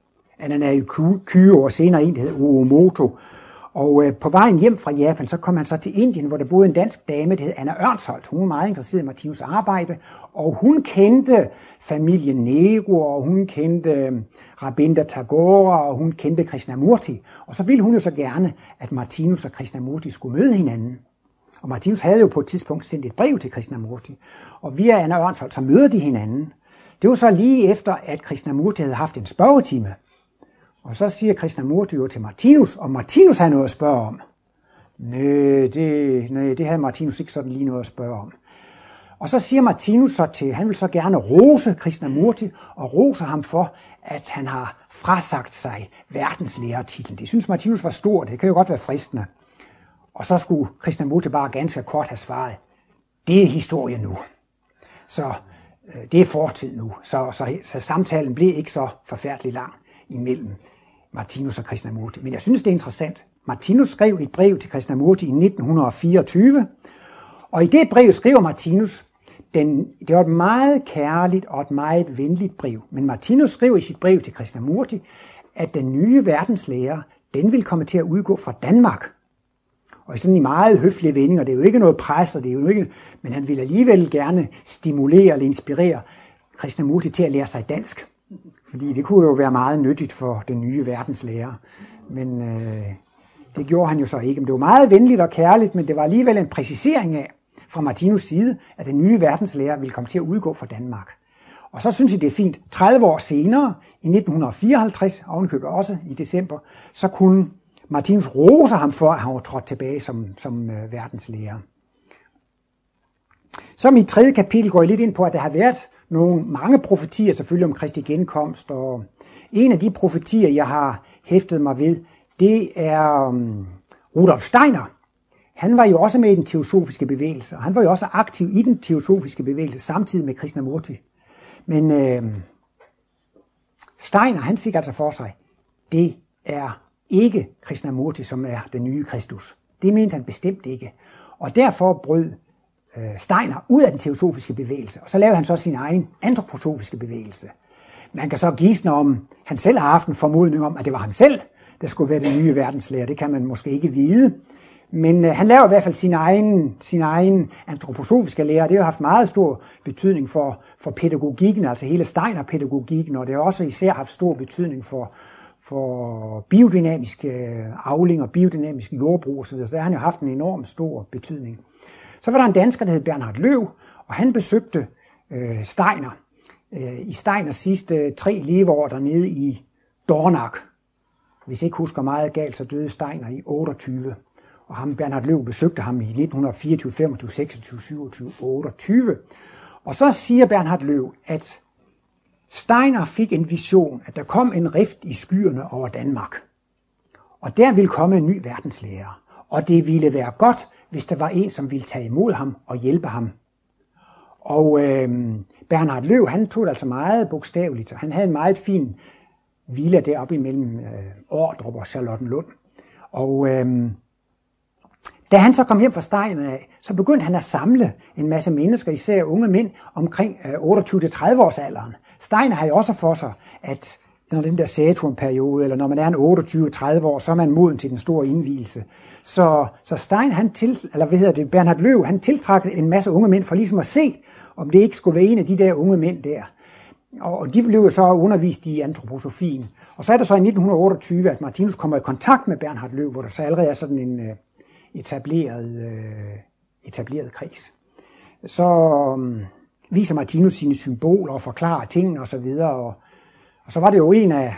Ananayu-kyo, og senere en, der hed Oomoto. Og øh, på vejen hjem fra Japan, så kom han så til Indien, hvor der boede en dansk dame, der hed Anna Ørnsholt. Hun var meget interesseret i Martinus' arbejde, og hun kendte familien Nehru, og hun kendte øh, Rabindranath Tagore, og hun kendte Krishnamurti. Og så ville hun jo så gerne, at Martinus og Krishnamurti skulle møde hinanden. Og Martinus havde jo på et tidspunkt sendt et brev til Krishnamurti, og via Anna Ørnsholt, så møder de hinanden. Det var så lige efter, at Krishnamurti havde haft en spørgetime. Og så siger Krishnamurti jo til Martinus, og Martinus har noget at spørge om. Næh, det, næh, det havde Martinus ikke sådan lige noget at spørge om. Og så siger Martinus så til, han vil så gerne rose Krishnamurti, og rose ham for, at han har frasagt sig verdenslærertitlen. Det synes Martinus var stort, det kan jo godt være fristende. Og så skulle Krishnamurti bare ganske kort have svaret, det er historie nu. Så øh, det er fortid nu. Så, så, så samtalen blev ikke så forfærdelig lang imellem Martinus og Krishnamurti. Men jeg synes, det er interessant. Martinus skrev et brev til Krishnamurti i nitten fireogtyve, og i det brev skriver Martinus, den, det var et meget kærligt og et meget venligt brev, men Martinus skriver i sit brev til Krishnamurti, at den nye verdenslære, den vil komme til at udgå fra Danmark. Og i sådan i meget høflige vendinger, det er jo ikke noget pres, og det er jo ikke, men han vil alligevel gerne stimulere eller inspirere Krishnamurti til at lære sig dansk. Fordi det kunne jo være meget nyttigt for den nye verdenslære. Men øh, det gjorde han jo så ikke. Men det var meget venligt og kærligt, men det var alligevel en præcisering af, fra Martinus' side, at den nye verdenslære ville komme til at udgå fra Danmark. Og så synes jeg, det er fint. tredive år senere, i nitten fireoghalvtreds, ovenikøbet også i december, så kunne Martinus rose ham for, at han var trådt tilbage som, som øh, verdenslærer. Så mit tredje kapitel går jeg lidt ind på, at der har været nogle mange profetier selvfølgelig om Kristi genkomst, og en af de profetier, jeg har hæftet mig ved, det er um, Rudolf Steiner. Han var jo også med i den teosofiske bevægelse, og han var jo også aktiv i den teosofiske bevægelse samtidig med Krishnamurti. Men øh, Steiner, han fik altså for sig, det er ikke Krishnamurti, som er den nye Kristus. Det mente han bestemt ikke. Og derfor brød Steiner ud af den teosofiske bevægelse, og så lavede han så sin egen antroposofiske bevægelse. Man kan så gisne om, han selv har haft en formodning om, at det var ham selv, der skulle være den nye verdenslærer. Det kan man måske ikke vide. Men øh, han lavede i hvert fald sin egen, sin egen antroposofiske lære. Det har haft meget stor betydning for, for pædagogikken, altså hele Steiner-pædagogikken, og det har også især haft stor betydning for, for biodynamisk avling og biodynamisk jordbrug osv. Så der har han jo haft en enorm stor betydning. Så var der en dansker, der hed Bernhard Løv, og han besøgte øh, Steiner øh, i Steiners sidste øh, tre leveår dernede i Dornach. Hvis jeg ikke husker meget galt, så døde Steiner i otteogtyve. og ham Bernhard Løv besøgte ham i nitten fireogtyve, femogtyve, seksogtyve, syvogtyve, otteogtyve. Og så siger Bernhard Løv, at Steiner fik en vision, at der kom en rift i skyerne over Danmark. Og der ville komme en ny verdenslærer. Og det ville være godt, hvis der var en, som ville tage imod ham og hjælpe ham. Og øh, Bernhard Løv, han tog det altså meget bogstaveligt. Han havde en meget fin villa deroppe imellem øh, Ordrup og Charlottenlund. Og øh, da han så kom hjem fra Steiner af, så begyndte han at samle en masse mennesker, især unge mænd, omkring øh, otteogtyve til tredive års alderen. Steiner har jo også for sig, at når den der Saturn-periode, eller når man er en otteogtyve til tredive år, så er man moden til den store indvielse. Så, så Stein, han til, eller hvad hedder det, Bernhard Løv, han tiltrak en masse unge mænd for ligesom at se, om det ikke skulle være en af de der unge mænd der. Og de blev jo så undervist i antroposofien. Og så er det så i nitten otteogtyve, at Martinus kommer i kontakt med Bernhard Løv, hvor der så allerede er sådan en uh, etableret, uh, etableret kreds. Så um, viser Martinus sine symboler og forklarer tingene osv., og, og så var det jo en af,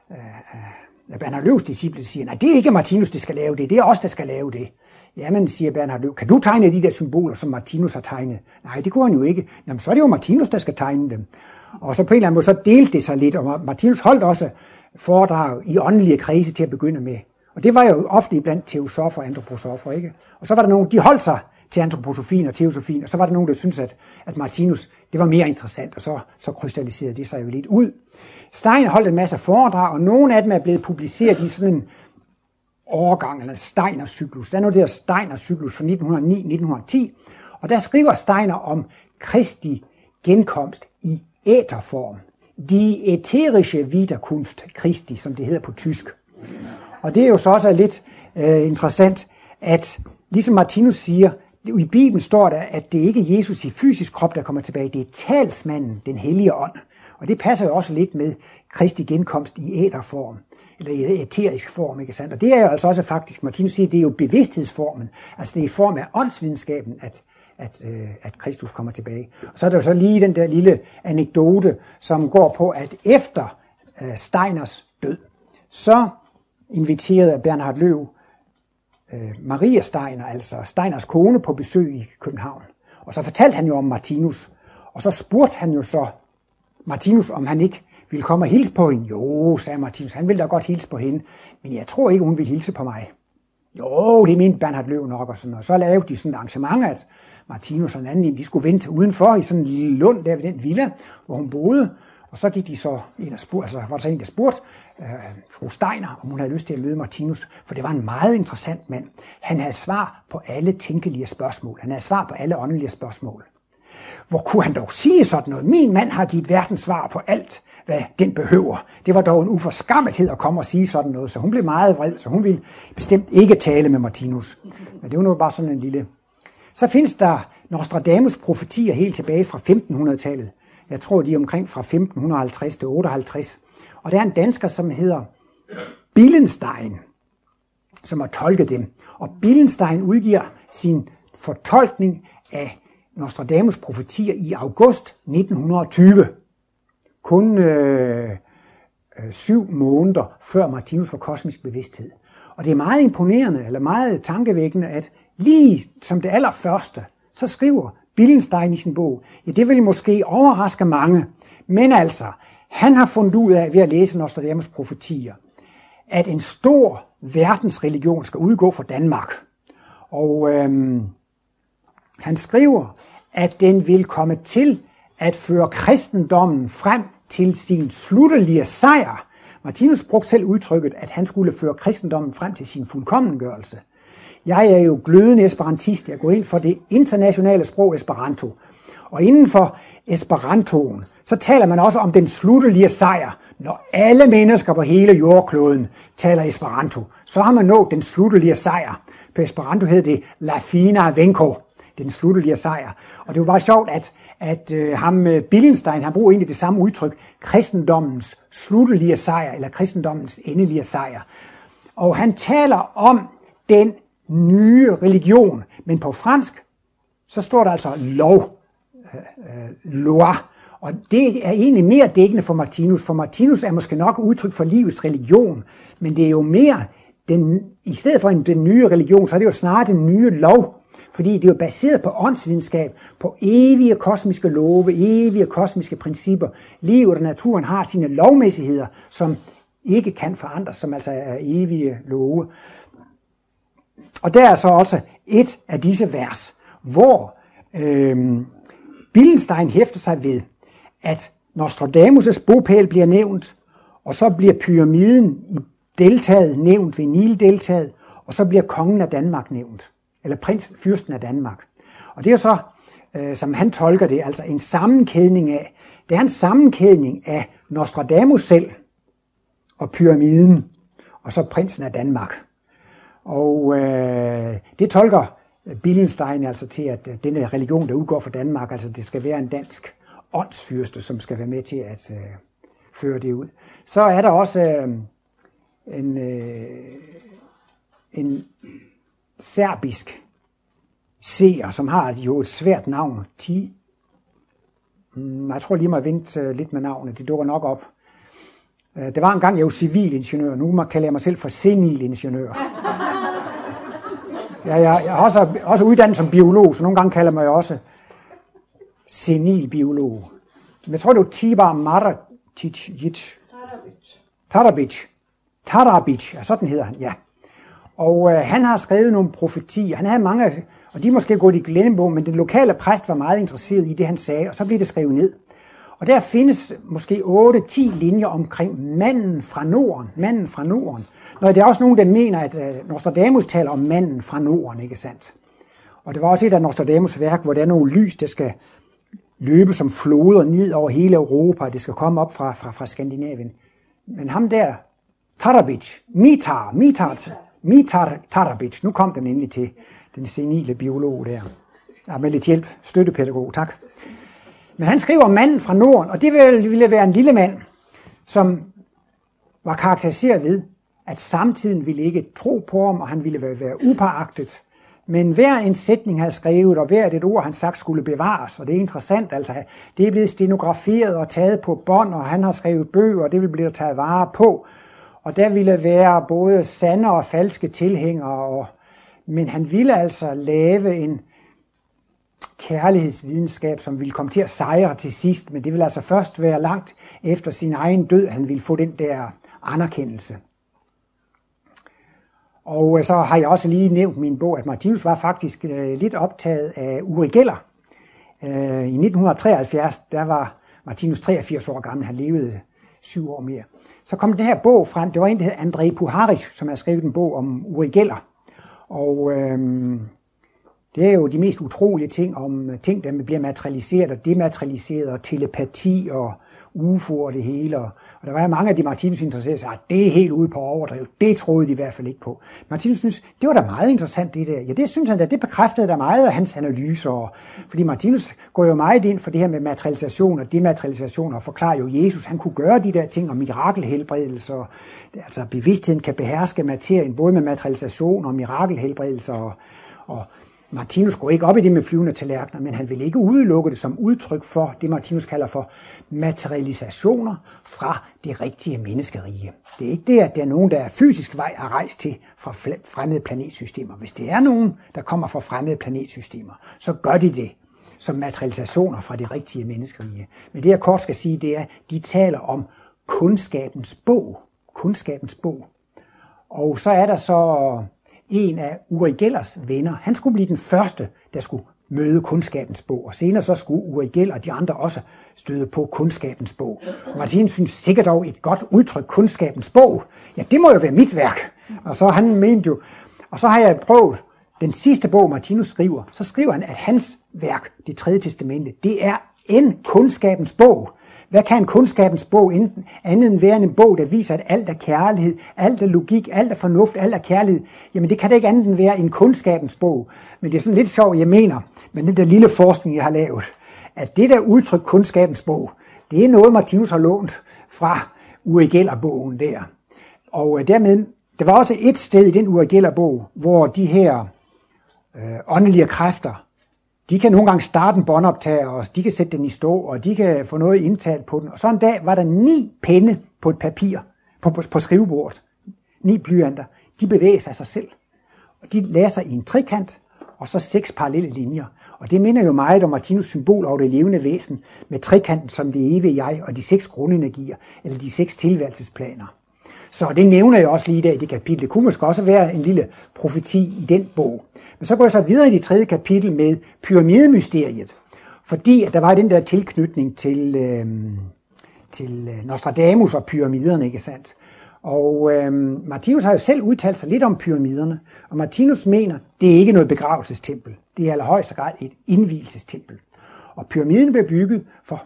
af Bernhard Løvs disciple, der siger, nej, det er ikke Martinus, der skal lave det, det er os, der skal lave det. Jamen, siger Bernhard Løv, kan du tegne de der symboler, som Martinus har tegnet? Nej, det kunne han jo ikke. Jamen, så er det jo Martinus, der skal tegne dem. Og så på en eller anden måde, så delte det sig lidt, og Martinus holdt også foredrag i åndelige kredse til at begynde med. Og det var jo ofte blandt teosofer og antroposofer, ikke? Og så var der nogen, de holdt sig til antroposofien og teosofien, og så var der nogen, der syntes, at, at Martinus, det var mere interessant, og så, så krystalliserede det sig jo lidt ud. Steiner holdt en masse foredrag, og nogle af dem er blevet publiceret i sådan en årgang, eller Steiners cyklus. Der er noget der Steiners cyklus fra nitten hundrede og ni til nitten hundrede og ti, og der skriver Steiner om Kristi genkomst i æterform. Die ætherische Wiederkunft Christi, som det hedder på tysk. Og det er jo så også lidt øh, interessant, at ligesom Martinus siger, i Bibelen står der, at det ikke er Jesus i fysisk krop, der kommer tilbage, det er talsmanden, den hellige ånd. Og det passer jo også lidt med Kristi genkomst i æterform, eller i æterisk form, ikke sandt? Og det er jo altså også faktisk, Martinus siger, det er jo bevidsthedsformen, altså det er i form af åndsvidenskaben, at, at, øh, at Kristus kommer tilbage. Og så er der jo så lige den der lille anekdote, som går på, at efter øh, Steiners død, så inviterede Bernhard Løv øh, Maria Steiner, altså Steiners kone, på besøg i København. Og så fortalte han jo om Martinus, og så spurgte han jo så Martinus, om han ikke ville komme og hilse på hende. Jo, sagde Martinus, han ville da godt hilse på hende, men jeg tror ikke, hun vil hilse på mig. Jo, det mente Bernhard Løv nok, og sådan, og så lavede de sådan et arrangement, at Martinus og en anden, de skulle vente udenfor i sådan en lille lund der ved den villa, hvor hun boede, og så gik de så en og spurgte, altså var der så en, der spurgte øh, fru Steiner, om hun havde lyst til at møde Martinus, for det var en meget interessant mand. Han havde svar på alle tænkelige spørgsmål. Han havde svar på alle åndelige spørgsmål. Hvor kunne han dog sige sådan noget? Min mand har givet verdens svar på alt, hvad den behøver. Det var dog en uforskammethed at komme og sige sådan noget, så hun blev meget vred, så hun ville bestemt ikke tale med Martinus. Men det var nu bare sådan en lille... Så findes der Nostradamus profetier helt tilbage fra femtenhundredetallet. Jeg tror, de er omkring fra femten halvtreds til otteoghalvtreds. Og der er en dansker, som hedder Billenstein, som har tolket dem. Og Billenstein udgiver sin fortolkning af Nostradamus profetier i august nitten tyve. Kun øh, øh, syv måneder før Martinus får kosmisk bevidsthed. Og det er meget imponerende, eller meget tankevækkende, at lige som det allerførste, så skriver Billenstein i sin bog, ja, det vil måske overraske mange, men altså, han har fundet ud af ved at læse Nostradamus profetier, at en stor verdensreligion skal udgå fra Danmark. Og øhm, han skriver, at den vil komme til at føre kristendommen frem til sin sluttelige sejr. Martinus brugte selv udtrykket, at han skulle føre kristendommen frem til sin fuldkommengørelse. Jeg er jo glødende esperantist. Jeg går ind for det internationale sprog Esperanto. Og inden for Esperantoen, så taler man også om den sluttelige sejr. Når alle mennesker på hele jordkloden taler Esperanto, så har man nået den sluttelige sejr. På Esperanto hedder det La Fina Venko, den sluttelige sejr. Og det var bare sjovt, at, at uh, ham Billenstein, han bruger egentlig det samme udtryk, kristendommens sluttelige sejr, eller kristendommens endelige sejr. Og han taler om den nye religion, men på fransk, så står der altså lov, øh, loi, og det er egentlig mere dækkende for Martinus, for Martinus er måske nok udtryk for livets religion, men det er jo mere den, i stedet for en, den nye religion, så er det jo snart den nye lov, fordi det er jo baseret på åndsvidenskab, på evige kosmiske love, evige kosmiske principper. Livet og naturen har sine lovmæssigheder, som ikke kan forandres, som altså er evige love. Og der er så også et af disse vers, hvor øh, Billenstein hæfter sig ved, at Nostradamus' bopæl bliver nævnt, og så bliver pyramiden i deltaget nævnt ved Nildeltaget, og så bliver kongen af Danmark nævnt, eller prins, fyrsten af Danmark. Og det er så, øh, som han tolker det, altså en sammenkædning af, det er en sammenkædning af Nostradamus selv, og pyramiden, og så prinsen af Danmark. Og øh, det tolker Billenstein altså til, at denne religion, der udgår fra Danmark, altså det skal være en dansk åndsfyrste, som skal være med til at øh, føre det ud. Så er der også øh, en, øh, en serbisk seer, som har jo et svært navn. Ti. Jeg tror lige, må jeg vente lidt med navnet. Det dukker nok op. Det var engang, jeg var civilingeniør. Nu kalder jeg mig selv for senilingeniør. Ja, jeg, jeg er også, også uddannet som biolog, så nogle gange kalder man mig også senilbiolog. Men jeg tror, det var Tibor Maratic. Tarabic. Tarabic, ja, sådan hedder han, ja. Og øh, han har skrevet nogle profetier. Han havde mange, og de er måske gået i glemmebogen, men den lokale præst var meget interesseret i det, han sagde, og så blev det skrevet ned. Og der findes måske otte ti linjer omkring manden fra Norden. Manden fra Norden. Når der er også nogen, der mener, at øh, Nostradamus taler om manden fra Norden, ikke sandt? Og det var også et af Nostradamus' værk, hvor der er nogle lys, der skal løbe som floder ned over hele Europa, og det skal komme op fra, fra, fra Skandinavien. Men ham der, Tarabic, Mitar, Mitar, Mitar Tarabic, nu kom den endelig til den senile biolog der. Ja, med lidt hjælp, støttepædagog, tak. Men han skriver om manden fra Norden, og det ville være en lille mand, som var karakteriseret ved, at samtiden ville ikke tro på ham, og han ville være, være upåagtet. Men hver en sætning, han havde skrevet, og hver et ord, han sagt, skulle bevares. Og det er interessant, altså. Det er blevet stenograferet og taget på bånd, og han har skrevet bøger, og det vil blive taget vare på. Og der ville være både sande og falske tilhængere, og, men han ville altså lave en kærlighedsvidenskab, som ville komme til at sejre til sidst, men det ville altså først være langt efter sin egen død, han ville få den der anerkendelse. Og så har jeg også lige nævnt min bog, at Martinus var faktisk lidt optaget af Uri Geller. I nitten treoghalvfjerds, der var Martinus treogfirs år gammel, han levede syv år mere. Så kom den her bog frem, det var en, der hed Andrej Puharic, som har skrevet en bog om Uri Geller. Og øhm, det er jo de mest utrolige ting om ting, der bliver materialiseret og dematerialiseret, og telepati og U F O og det hele. Og, og der var mange af de Martinus interesserede, der sagde, at det er helt ude på overdrevet. Det troede de i hvert fald ikke på. Martinus synes, det var da meget interessant det der. Ja, det synes han da, det bekræftede da meget af hans analyser. Fordi Martinus går jo meget ind for det her med materialisation og dematerialisation, og forklarer jo, at Jesus han kunne gøre de der ting og mirakelhelbredelser. Altså bevidstheden kan beherske materien, både med materialisation og mirakelhelbredelser. Og, og Martinus går ikke op i det med flyvende tallerkener, men han vil ikke udelukke det som udtryk for det, Martinus kalder for materialisationer fra det rigtige menneskerige. Det er ikke det, at der er nogen, der er fysisk vej at rejse til fra fremmede planetsystemer. Hvis det er nogen, der kommer fra fremmede planetsystemer, så gør de det som materialisationer fra det rigtige menneskerige. Men det, jeg kort skal sige, det er, at de taler om kundskabens bog. Kundskabens bog. Og så er der så en af Uri Gellers venner, han skulle blive den første, der skulle møde kundskabens bog, og senere så skulle Uri Geller og de andre også støde på kundskabens bog. Og Martinus synes sikkert dog et godt udtryk, kundskabens bog. Ja, det må jo være mit værk. Og så han mente jo, og så har jeg prøvet, den sidste bog Martinus skriver, så skriver han, at hans værk, det tredje testamente, det er en kundskabens bog. Hvad kan en kundskabens bog enten andet end være en bog, der viser, at alt er kærlighed, alt er logik, alt er fornuft, alt er kærlighed? Jamen det kan da ikke andet end være en kundskabens bog. Men det er sådan lidt sjovt, jeg mener, med den der lille forskning, jeg har lavet, at det der udtryk kundskabens bog, det er noget, Martinus har lånt fra Uri Geller-bogen der. Og dermed, der var også et sted i den Uri Geller-bog, hvor de her øh, åndelige kræfter, de kan nogle gange starte en båndoptager, og de kan sætte den i stå, og de kan få noget indtalt på den. Og så en dag var der ni penne på et papir, på, på, på skrivebordet. Ni blyanter. de bevæger sig af sig selv. Og de lærer sig i en trekant, og så seks parallelle linjer. Og det minder jo meget om Martinus symbol over det levende væsen, med trekanten som det evige jeg, og de seks grundenergier, eller de seks tilværelsesplaner. Så det nævner jeg også lige der i det kapitel. Det kunne måske også være en lille profeti i den bog. Men så går jeg så videre i det tredje kapitel med pyramidemysteriet. Fordi at der var den der tilknytning til, øh, til Nostradamus og pyramiderne, ikke sandt? Og øh, Martinus har jo selv udtalt sig lidt om pyramiderne, og Martinus mener, det er ikke noget begravelsestempel. Det er i allerhøjeste grad et indvielsestempel. Og pyramiden blev bygget for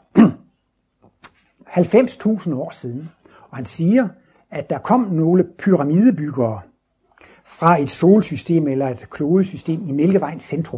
halvfems tusind år siden. Og han siger, at der kom nogle pyramidebyggere fra et solsystem eller et klodesystem i Mælkevejens centrum.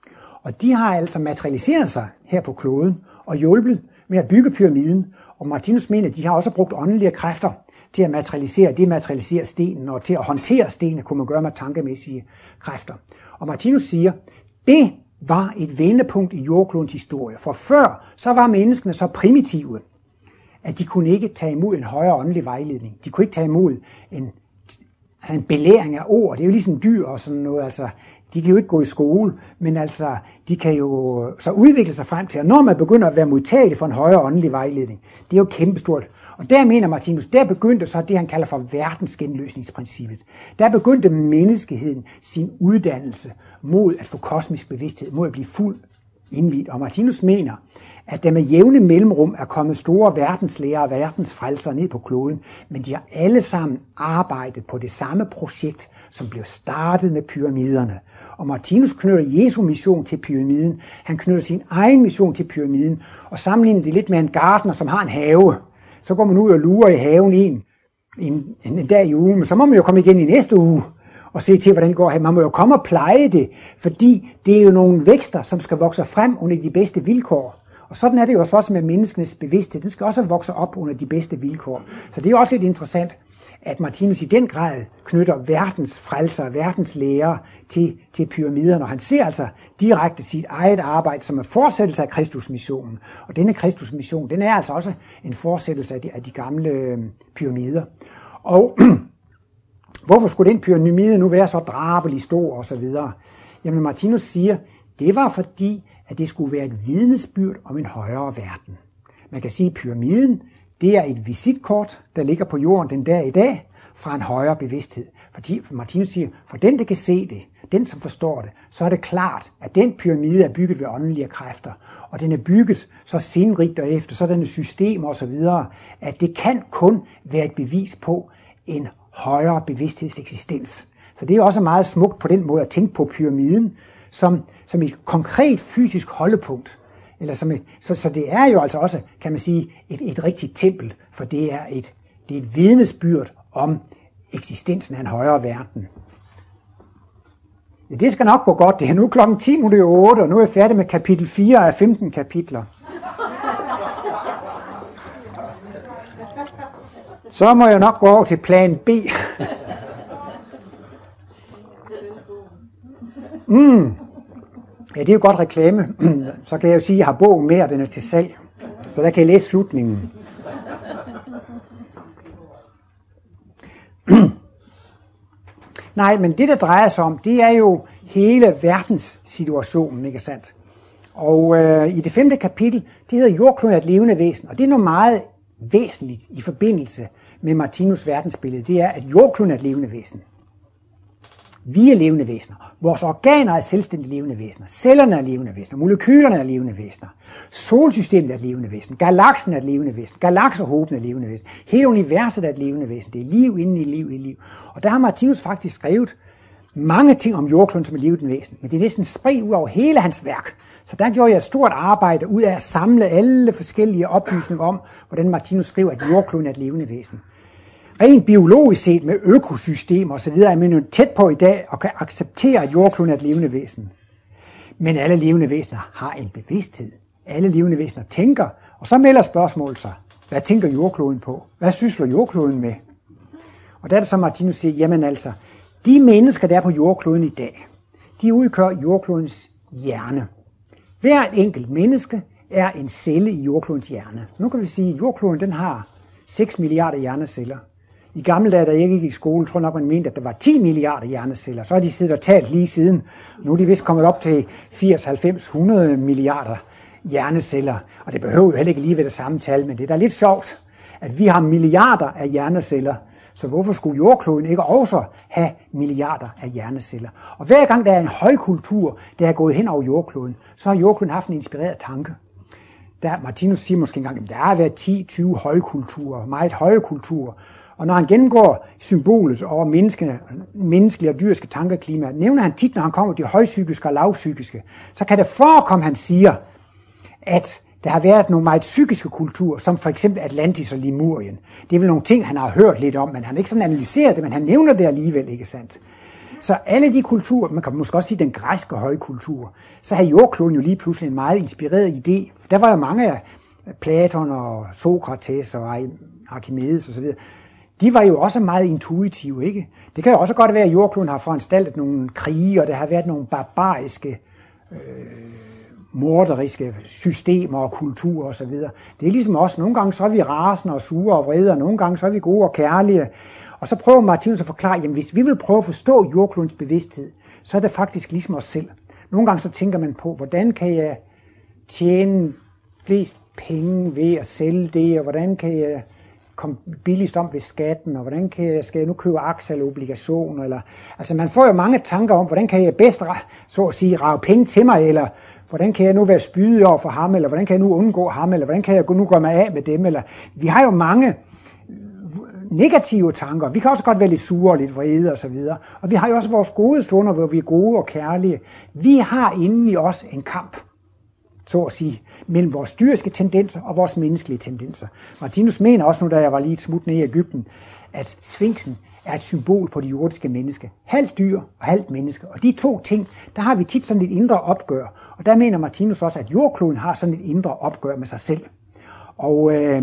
Og de har altså materialiseret sig her på kloden og hjulpet med at bygge pyramiden. Og Martinus mener, at de har også brugt åndelige kræfter til at materialisere, dematerialisere stenen, og til at håndtere stenene kunne man gøre med tankemæssige kræfter. Og Martinus siger, det var et vendepunkt i jordklodens historie. For før, så var menneskene så primitive, at de kunne ikke tage imod en højere åndelig vejledning. De kunne ikke tage imod en, altså en belæring af ord. Det er jo ligesom dyr og sådan noget. Altså, de kan jo ikke gå i skole, men altså, de kan jo så udvikle sig frem til, at når man begynder at være modtagelig for en højere åndelig vejledning, det er jo kæmpestort. Og der mener Martinus, der begyndte så det, han kalder for verdensgenløsningsprincippet. Der begyndte menneskeheden sin uddannelse mod at få kosmisk bevidsthed, mod at blive fuld indviet. Og Martinus mener, at der med jævne mellemrum er kommet store verdenslærer og verdensfrelsere ned på kloden, men de har alle sammen arbejdet på det samme projekt, som blev startet med pyramiderne. Og Martinus knytter Jesu mission til pyramiden, han knytter sin egen mission til pyramiden, og sammenligner det lidt med en gartner, som har en have. Så går man ud og lurer i haven en, en, en dag i ugen, men så må man jo komme igen i næste uge og se til, hvordan det går. Man må jo komme og pleje det, fordi det er jo nogle vækster, som skal vokse frem under de bedste vilkår. Og sådan er det jo også med menneskenes bevidsthed. Den skal også vokse op under de bedste vilkår. Så det er jo også lidt interessant, at Martinus i den grad knytter verdens frelser, verdens lærer til, til pyramiderne. Og han ser altså direkte sit eget arbejde som en fortsættelse af Kristusmissionen. Og denne Kristusmission, den er altså også en fortsættelse af de, af de gamle pyramider. Og hvorfor skulle den pyramide nu være så drabelig stor og så videre? Jamen Martinus siger, det var fordi, at det skulle være et vidnesbyrd om en højere verden. Man kan sige, at pyramiden, det er et visitkort, der ligger på jorden den dag i dag, fra en højere bevidsthed. Fordi Martinus siger, for den, der kan se det, den, som forstår det, så er det klart, at den pyramide er bygget ved åndelige kræfter. Og den er bygget så sindrigt og efter sådanne systemer osv., at det kan kun være et bevis på en højere bevidsthedseksistens. Så det er også meget smukt på den måde at tænke på pyramiden, som, som et konkret fysisk holdepunkt. Eller som et, så, så det er jo altså også, kan man sige, et, et rigtigt tempel, for det er et, det er et vidnesbyrd om eksistensen af en højere verden. Ja, det skal nok gå godt. Det er nu klokken ti minutter otte, og nu er jeg færdig med kapitel fire af femten kapitler. Så må jeg nok gå over til plan B. Mm. Ja, det er jo godt reklame. Så kan jeg jo sige, at jeg har bogen med, og den er til salg. Så der kan jeg læse slutningen. Nej, men det, der drejer sig om, det er jo hele verdenssituationen, ikke sandt? Og øh, i det femte kapitel, det hedder jordkloden er et levende væsen, og det er noget meget væsentligt i forbindelse med Martinus verdensbillede. Det er, at jordkloden er et levende væsen. Vi er levende væsener. Vores organer er selvstændige levende væsener. Cellerne er levende væsener. Molekylerne er levende væsener. Solsystemet er et levende væsen. Galaksen er et levende væsen. Galakserhoben er et levende væsen. Hele universet er et levende væsen. Det er liv inden i liv i liv. Og der har Martinus faktisk skrevet mange ting om jordkloden som et levende væsen. Men det er næsten spredt ud over hele hans værk. Så der gjorde jeg et stort arbejde ud af at samle alle forskellige oplysninger om, hvordan Martinus skriver, at jordkloden er et levende væsen. Rent biologisk set med økosystemer og så videre er man jo tæt på i dag og kan acceptere, at jordkloden er et levende væsen. Men alle levende væsener har en bevidsthed. Alle levende væsener tænker, og så melder spørgsmålet sig. Hvad tænker jordkloden på? Hvad sysler jordkloden med? Og der er det så Martinus siger, jamen altså, de mennesker, der er på jordkloden i dag, de udgør jordklodens hjerne. Hvert enkelt menneske er en celle i jordklodens hjerne. Så nu kan vi sige, at jordkloden den har seks milliarder hjerneceller. I gamle dage, da jeg gik i skole, tror jeg nok, man mente, at der var ti milliarder hjerneceller. Så har de siddet og talt lige siden. Nu er de vist kommet op til firs, halvfems, hundrede milliarder hjerneceller. Og det behøver jo heller ikke lige ved det samme tal, men det er da lidt sjovt, at vi har milliarder af hjerneceller. Så hvorfor skulle jordkloden ikke også have milliarder af hjerneceller? Og hver gang der er en højkultur, der er gået hen over jordkloden, så har jordkloden haft en inspireret tanke. Der, Martinus siger måske engang, at der har været ti til tyve højkulturer, meget høje kulturer. Og når han gennemgår symbolet over menneskene, menneskelige og dyriske tankeklima, nævner han tit, når han kommer til de højpsykiske og lavpsykiske, så kan det forekomme, han siger, at der har været nogle meget psykiske kulturer, som for eksempel Atlantis og Lemurien. Det er vel nogle ting, han har hørt lidt om, men han har ikke sådan analyseret det, men han nævner det alligevel, ikke sandt? Så alle de kulturer, man kan måske også sige den græske højkultur, så har jordkloden jo lige pludselig en meget inspireret idé. Der var jo mange af Platon og Sokrates og Archimedes osv., de var jo også meget intuitive, ikke? Det kan jo også godt være, at jordkloden har foranstaltet nogle krige, og der har været nogle barbariske, øh, morderiske systemer og kulturer osv. Det er ligesom også, nogle gange så er vi rasende og sure og vrede, og nogle gange så er vi gode og kærlige. Og så prøver Martinus at forklare, at hvis vi vil prøve at forstå jordklodens bevidsthed, så er det faktisk ligesom os selv. Nogle gange så tænker man på, hvordan kan jeg tjene flest penge ved at sælge det, og hvordan kan jeg komme billigst om ved skatten, og hvordan kan jeg, skal jeg nu købe aktier eller obligationer, eller, altså man får jo mange tanker om, hvordan kan jeg bedst, så at sige, rage penge til mig, eller hvordan kan jeg nu være spydig over for ham, eller hvordan kan jeg nu undgå ham, eller hvordan kan jeg nu gå mig af med dem, eller vi har jo mange negative tanker. Vi kan også godt være lidt sure og lidt vrede og så videre. Og vi har jo også vores gode stunder, hvor vi er gode og kærlige. Vi har inde i os en kamp, så at sige, mellem vores dyriske tendenser og vores menneskelige tendenser. Martinus mener også nu, da jeg var lige et smut nede i Egypten, at sfinksen er et symbol på det jordiske menneske. Halvt dyr og halvt menneske. Og de to ting, der har vi tit sådan et indre opgør. Og der mener Martinus også, at jordkloden har sådan et indre opgør med sig selv. Og øh,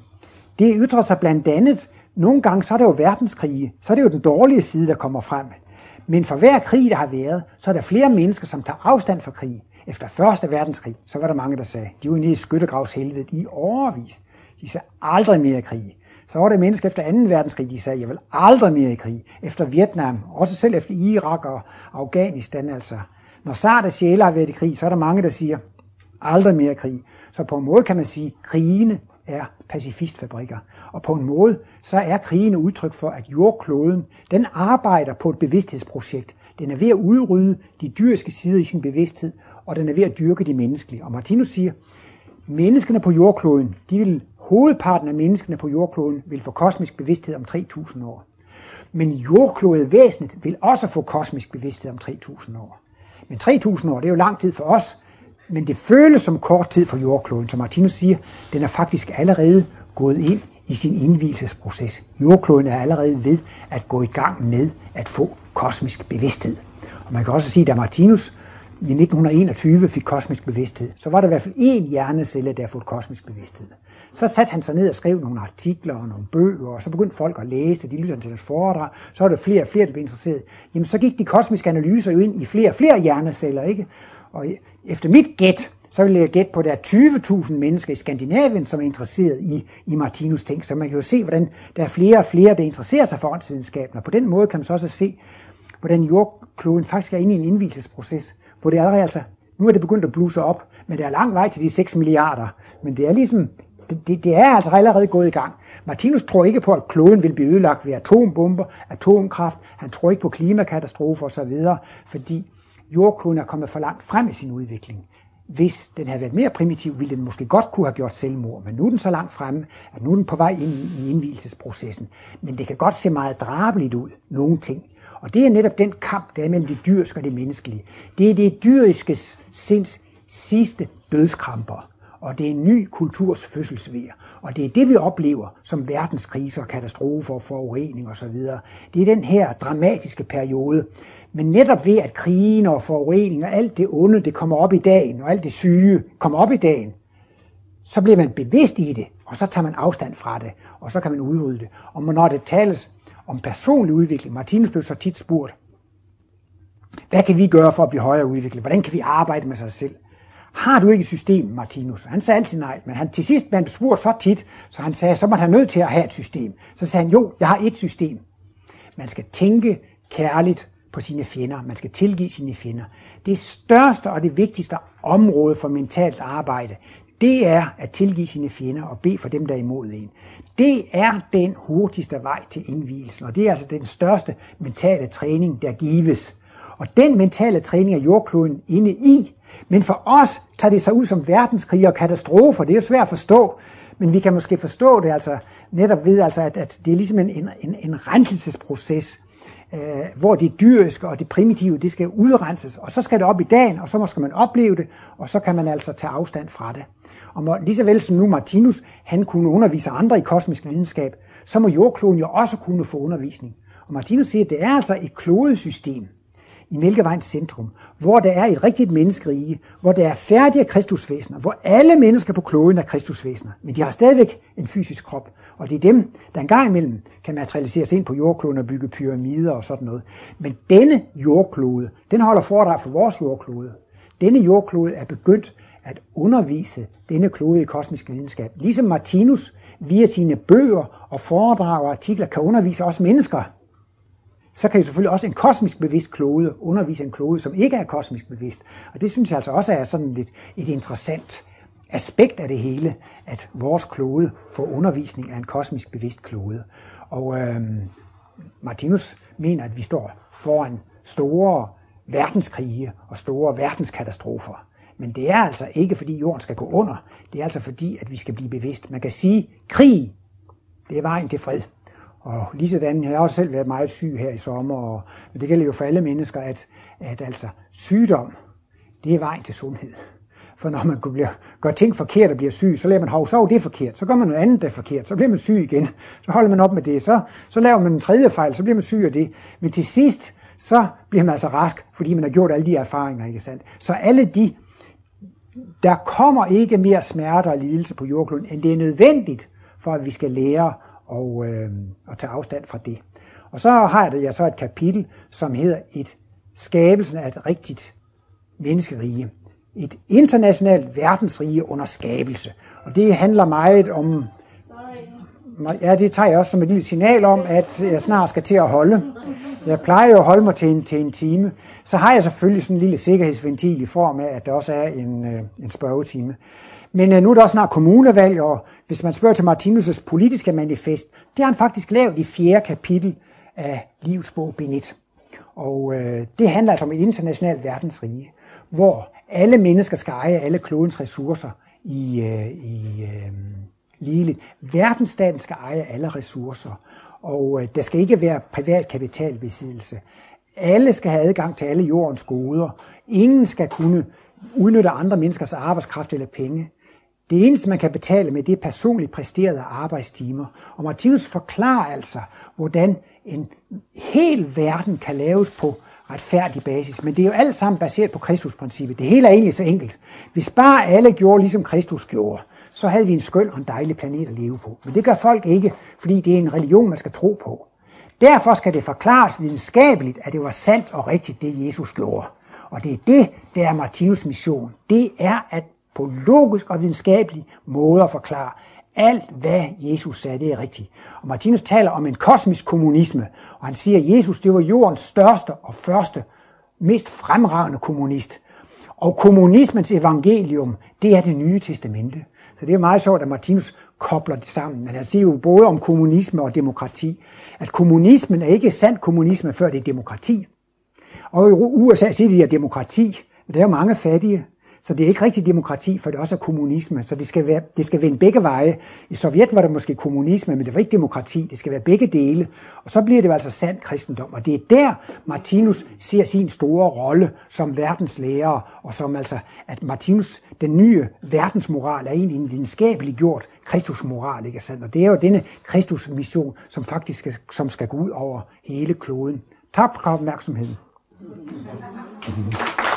det ytrer sig blandt andet, nogle gange så er det jo verdenskrige, så er det jo den dårlige side, der kommer frem. Men for hver krig, der har været, så er der flere mennesker, som tager afstand fra krig. Efter første verdenskrig, så var der mange, der sagde, de var nede i skyttegravshelvedet i årevis. De sagde aldrig mere i krig. Så var der mennesker efter anden verdenskrig, de sagde, jeg vil aldrig mere i krig. Efter Vietnam, også selv efter Irak og Afghanistan altså. Når sarte sjæle har været i krig, så er der mange, der siger, aldrig mere i krig. Så på en måde kan man sige, at krigene er pacifistfabrikker. Og på en måde, så er krigene udtryk for, at jordkloden, den arbejder på et bevidsthedsprojekt. Den er ved at udrydde de dyriske sider i sin bevidsthed, og den er ved at dyrke de menneskelige. Og Martinus siger, menneskene på jordkloden, de vil, hovedparten af menneskene på jordkloden vil få kosmisk bevidsthed om tre tusind år. Men jordklodevæsenet vil også få kosmisk bevidsthed om tre tusind år. Men tre tusind år, det er jo lang tid for os, men det føles som kort tid for jordkloden. Som Martinus siger, den er faktisk allerede gået ind i sin indvielsesproces. Jordkloden er allerede ved at gå i gang med at få kosmisk bevidsthed. Og man kan også sige, at da Martinus i nitten enogtyve fik kosmisk bevidsthed, så var der i hvert fald én hjernecelle, der har fået kosmisk bevidsthed. Så satte han sig ned og skrev nogle artikler og nogle bøger, og så begyndte folk at læse, de lyttede til et foredrag, så var der flere og flere, der blev interesseret. Jamen så gik de kosmiske analyser jo ind i flere og flere hjerneceller, ikke? Og efter mit gæt, så vil jeg gætte på, at der er tyve tusind mennesker i Skandinavien, som er interesseret i, i Martinus ting. Så man kan jo se, hvordan der er flere og flere, der interesserer sig for åndsvidenskaben. Og på den måde kan man så også se, hvordan jordkloden faktisk er inde i en indvielsesproces, hvor det allerede altså, nu er det begyndt at bluse op, men der er lang vej til de seks milliarder. Men det er ligesom, det, det, det er altså allerede gået i gang. Martinus tror ikke på, at kloden vil blive ødelagt ved atombomber, atomkraft. Han tror ikke på klimakatastrofer osv., fordi jordkloden er kommet for langt frem i sin udvikling. Hvis den havde været mere primitiv, ville den måske godt kunne have gjort selvmord, men nu er den så langt fremme, at nu er den på vej ind i indvielsesprocessen. Men det kan godt se meget drabeligt ud, nogle ting. Og det er netop den kamp, der er mellem det dyriske og det menneskelige. Det er det dyriske sinds sidste dødskramper, og det er en ny kulturs fødselsvær. Og det er det, vi oplever som verdenskriser, katastrofer, forurening osv. Det er den her dramatiske periode. Men netop ved, at krigen og forurening og alt det onde, det kommer op i dagen, og alt det syge kommer op i dagen, så bliver man bevidst i det, og så tager man afstand fra det, og så kan man udrydde det. Og når det tales om personlig udvikling, Martinus blev så tit spurgt, hvad kan vi gøre for at blive højere udviklet? Hvordan kan vi arbejde med sig selv? har du ikke et system, Martinus? Han sagde altid nej, men han, til sidst blev han spurgt så tit, så han sagde, så må han nødt til at have et system. Så sagde han, jo, jeg har et system. Man skal tænke kærligt på sine fjender. Man skal tilgive sine fjender. Det største og det vigtigste område for mentalt arbejde, det er at tilgive sine fjender og bede for dem, der er imod en. Det er den hurtigste vej til indvielsen, og det er altså den største mentale træning, der gives. Og den mentale træning er jordkloden inde i. Men for os tager det sig ud som verdenskrig og katastrofer. Det er jo svært at forstå, men vi kan måske forstå det altså netop ved, altså, at, at det er ligesom en, en, en renselsesproces, øh, hvor det dyriske og det primitive, det skal udrenses, og så skal det op i dagen, og så skal man opleve det, og så kan man altså tage afstand fra det. Og lige så vel som nu Martinus, han kunne undervise andre i kosmisk videnskab, så må jordkloden jo også kunne få undervisning. Og Martinus siger, at det er altså et klodesystem i Mælkevejens centrum, hvor der er et rigtigt menneskerige, hvor der er færdige kristusvæsener, hvor alle mennesker på kloden er kristusvæsener, men de har stadigvæk en fysisk krop, og det er dem, der engang imellem kan materialiseres ind på jordkloden og bygge pyramider og sådan noget. Men denne jordklode, den holder foredrag for vores jordklode. Denne jordklode er begyndt at undervise denne klode i kosmisk videnskab. Ligesom Martinus via sine bøger og foredrag og artikler kan undervise os mennesker, så kan jo selvfølgelig også en kosmisk bevidst klode undervise en klode, som ikke er kosmisk bevidst. Og det synes jeg altså også er sådan lidt et interessant aspekt af det hele, at vores klode får undervisning af en kosmisk bevidst klode. Og øhm, Martinus mener, at vi står foran store verdenskrige og store verdenskatastrofer. Men det er altså ikke, fordi jorden skal gå under. Det er altså fordi, at vi skal blive bevidst. Man kan sige, krig, det er vejen til fred. Og lige sådan, jeg har også selv været meget syg her i sommer, og, men det gælder jo for alle mennesker, at, at altså sygdom, det er vejen til sundhed. For når man bliver, gør ting forkert og bliver syg, så lader man hov, så er det forkert, så gør man noget andet, der er forkert, så bliver man syg igen, så holder man op med det, så, så laver man en tredje fejl, så bliver man syg af det. Men til sidst, så bliver man altså rask, fordi man har gjort alle de erfaringer, ikke sandt? Så alle de, der kommer ikke mere smerte og lidelse på jordkloden, end det er nødvendigt, for at vi skal lære og, øh, og tage afstand fra det. Og så har jeg så et kapitel, som hedder et skabelsen af et rigtigt menneskerige. Et internationalt verdensrige under skabelse. Og det handler meget om... Ja, det tager jeg også som et lille signal om, at jeg snart skal til at holde. Jeg plejer jo at holde mig til en, til en time. Så har jeg selvfølgelig sådan en lille sikkerhedsventil i form af, at der også er en, en spørgetime. Men nu er der også snart kommunevalg, og hvis man spørger til Martinus' politiske manifest, det har han faktisk lavet i fjerde kapitel af Livets bog, bind et. Og øh, det handler altså om et internationalt verdensrige, hvor alle mennesker skal eje alle klodens ressourcer i, øh, i øh, ligeligt. Verdensstaten skal eje alle ressourcer, og øh, der skal ikke være privat kapitalbesiddelse. Alle skal have adgang til alle jordens goder. Ingen skal kunne udnytte andre menneskers arbejdskraft eller penge. Det eneste, man kan betale med, det er personligt præsterede arbejdstimer. Og Martinus forklarer altså, hvordan en hel verden kan laves på retfærdig basis. Men det er jo alt sammen baseret på Kristusprincippet. Det hele er egentlig så enkelt. Hvis bare alle gjorde, ligesom Kristus gjorde, så havde vi en skøn og en dejlig planet at leve på. Men det gør folk ikke, fordi det er en religion, man skal tro på. Derfor skal det forklares videnskabeligt, at det var sandt og rigtigt, det Jesus gjorde. Og det er det, der er Martinus' mission. Det er at på logisk og videnskabelig måde at forklare alt, hvad Jesus sagde, det er rigtigt. Og Martinus taler om en kosmisk kommunisme, og han siger, at Jesus det var jordens største og første, mest fremragende kommunist. Og kommunismens evangelium, det er det nye testamente. Så det er meget sjovt, at Martinus kobler det sammen. Men han siger jo både om kommunisme og demokrati, at kommunismen er ikke sand kommunisme, før det er demokrati. Og i U S A siger de, at demokrati, men der er jo mange fattige. Så det er ikke rigtig demokrati, for det også er kommunisme. Så det skal være, det skal vende begge veje. I Sovjet var det måske kommunisme, men det var ikke demokrati. Det skal være begge dele. Og så bliver det altså sand kristendom. Og det er der, Martinus ser sin store rolle som verdenslærer. Og som altså, at Martinus, den nye verdensmoral, er egentlig en videnskabeligt gjort Kristusmoral. Ikke sandt? Og det er jo denne Kristusmission, som faktisk skal, som skal gå ud over hele kloden. Tak for opmærksomheden.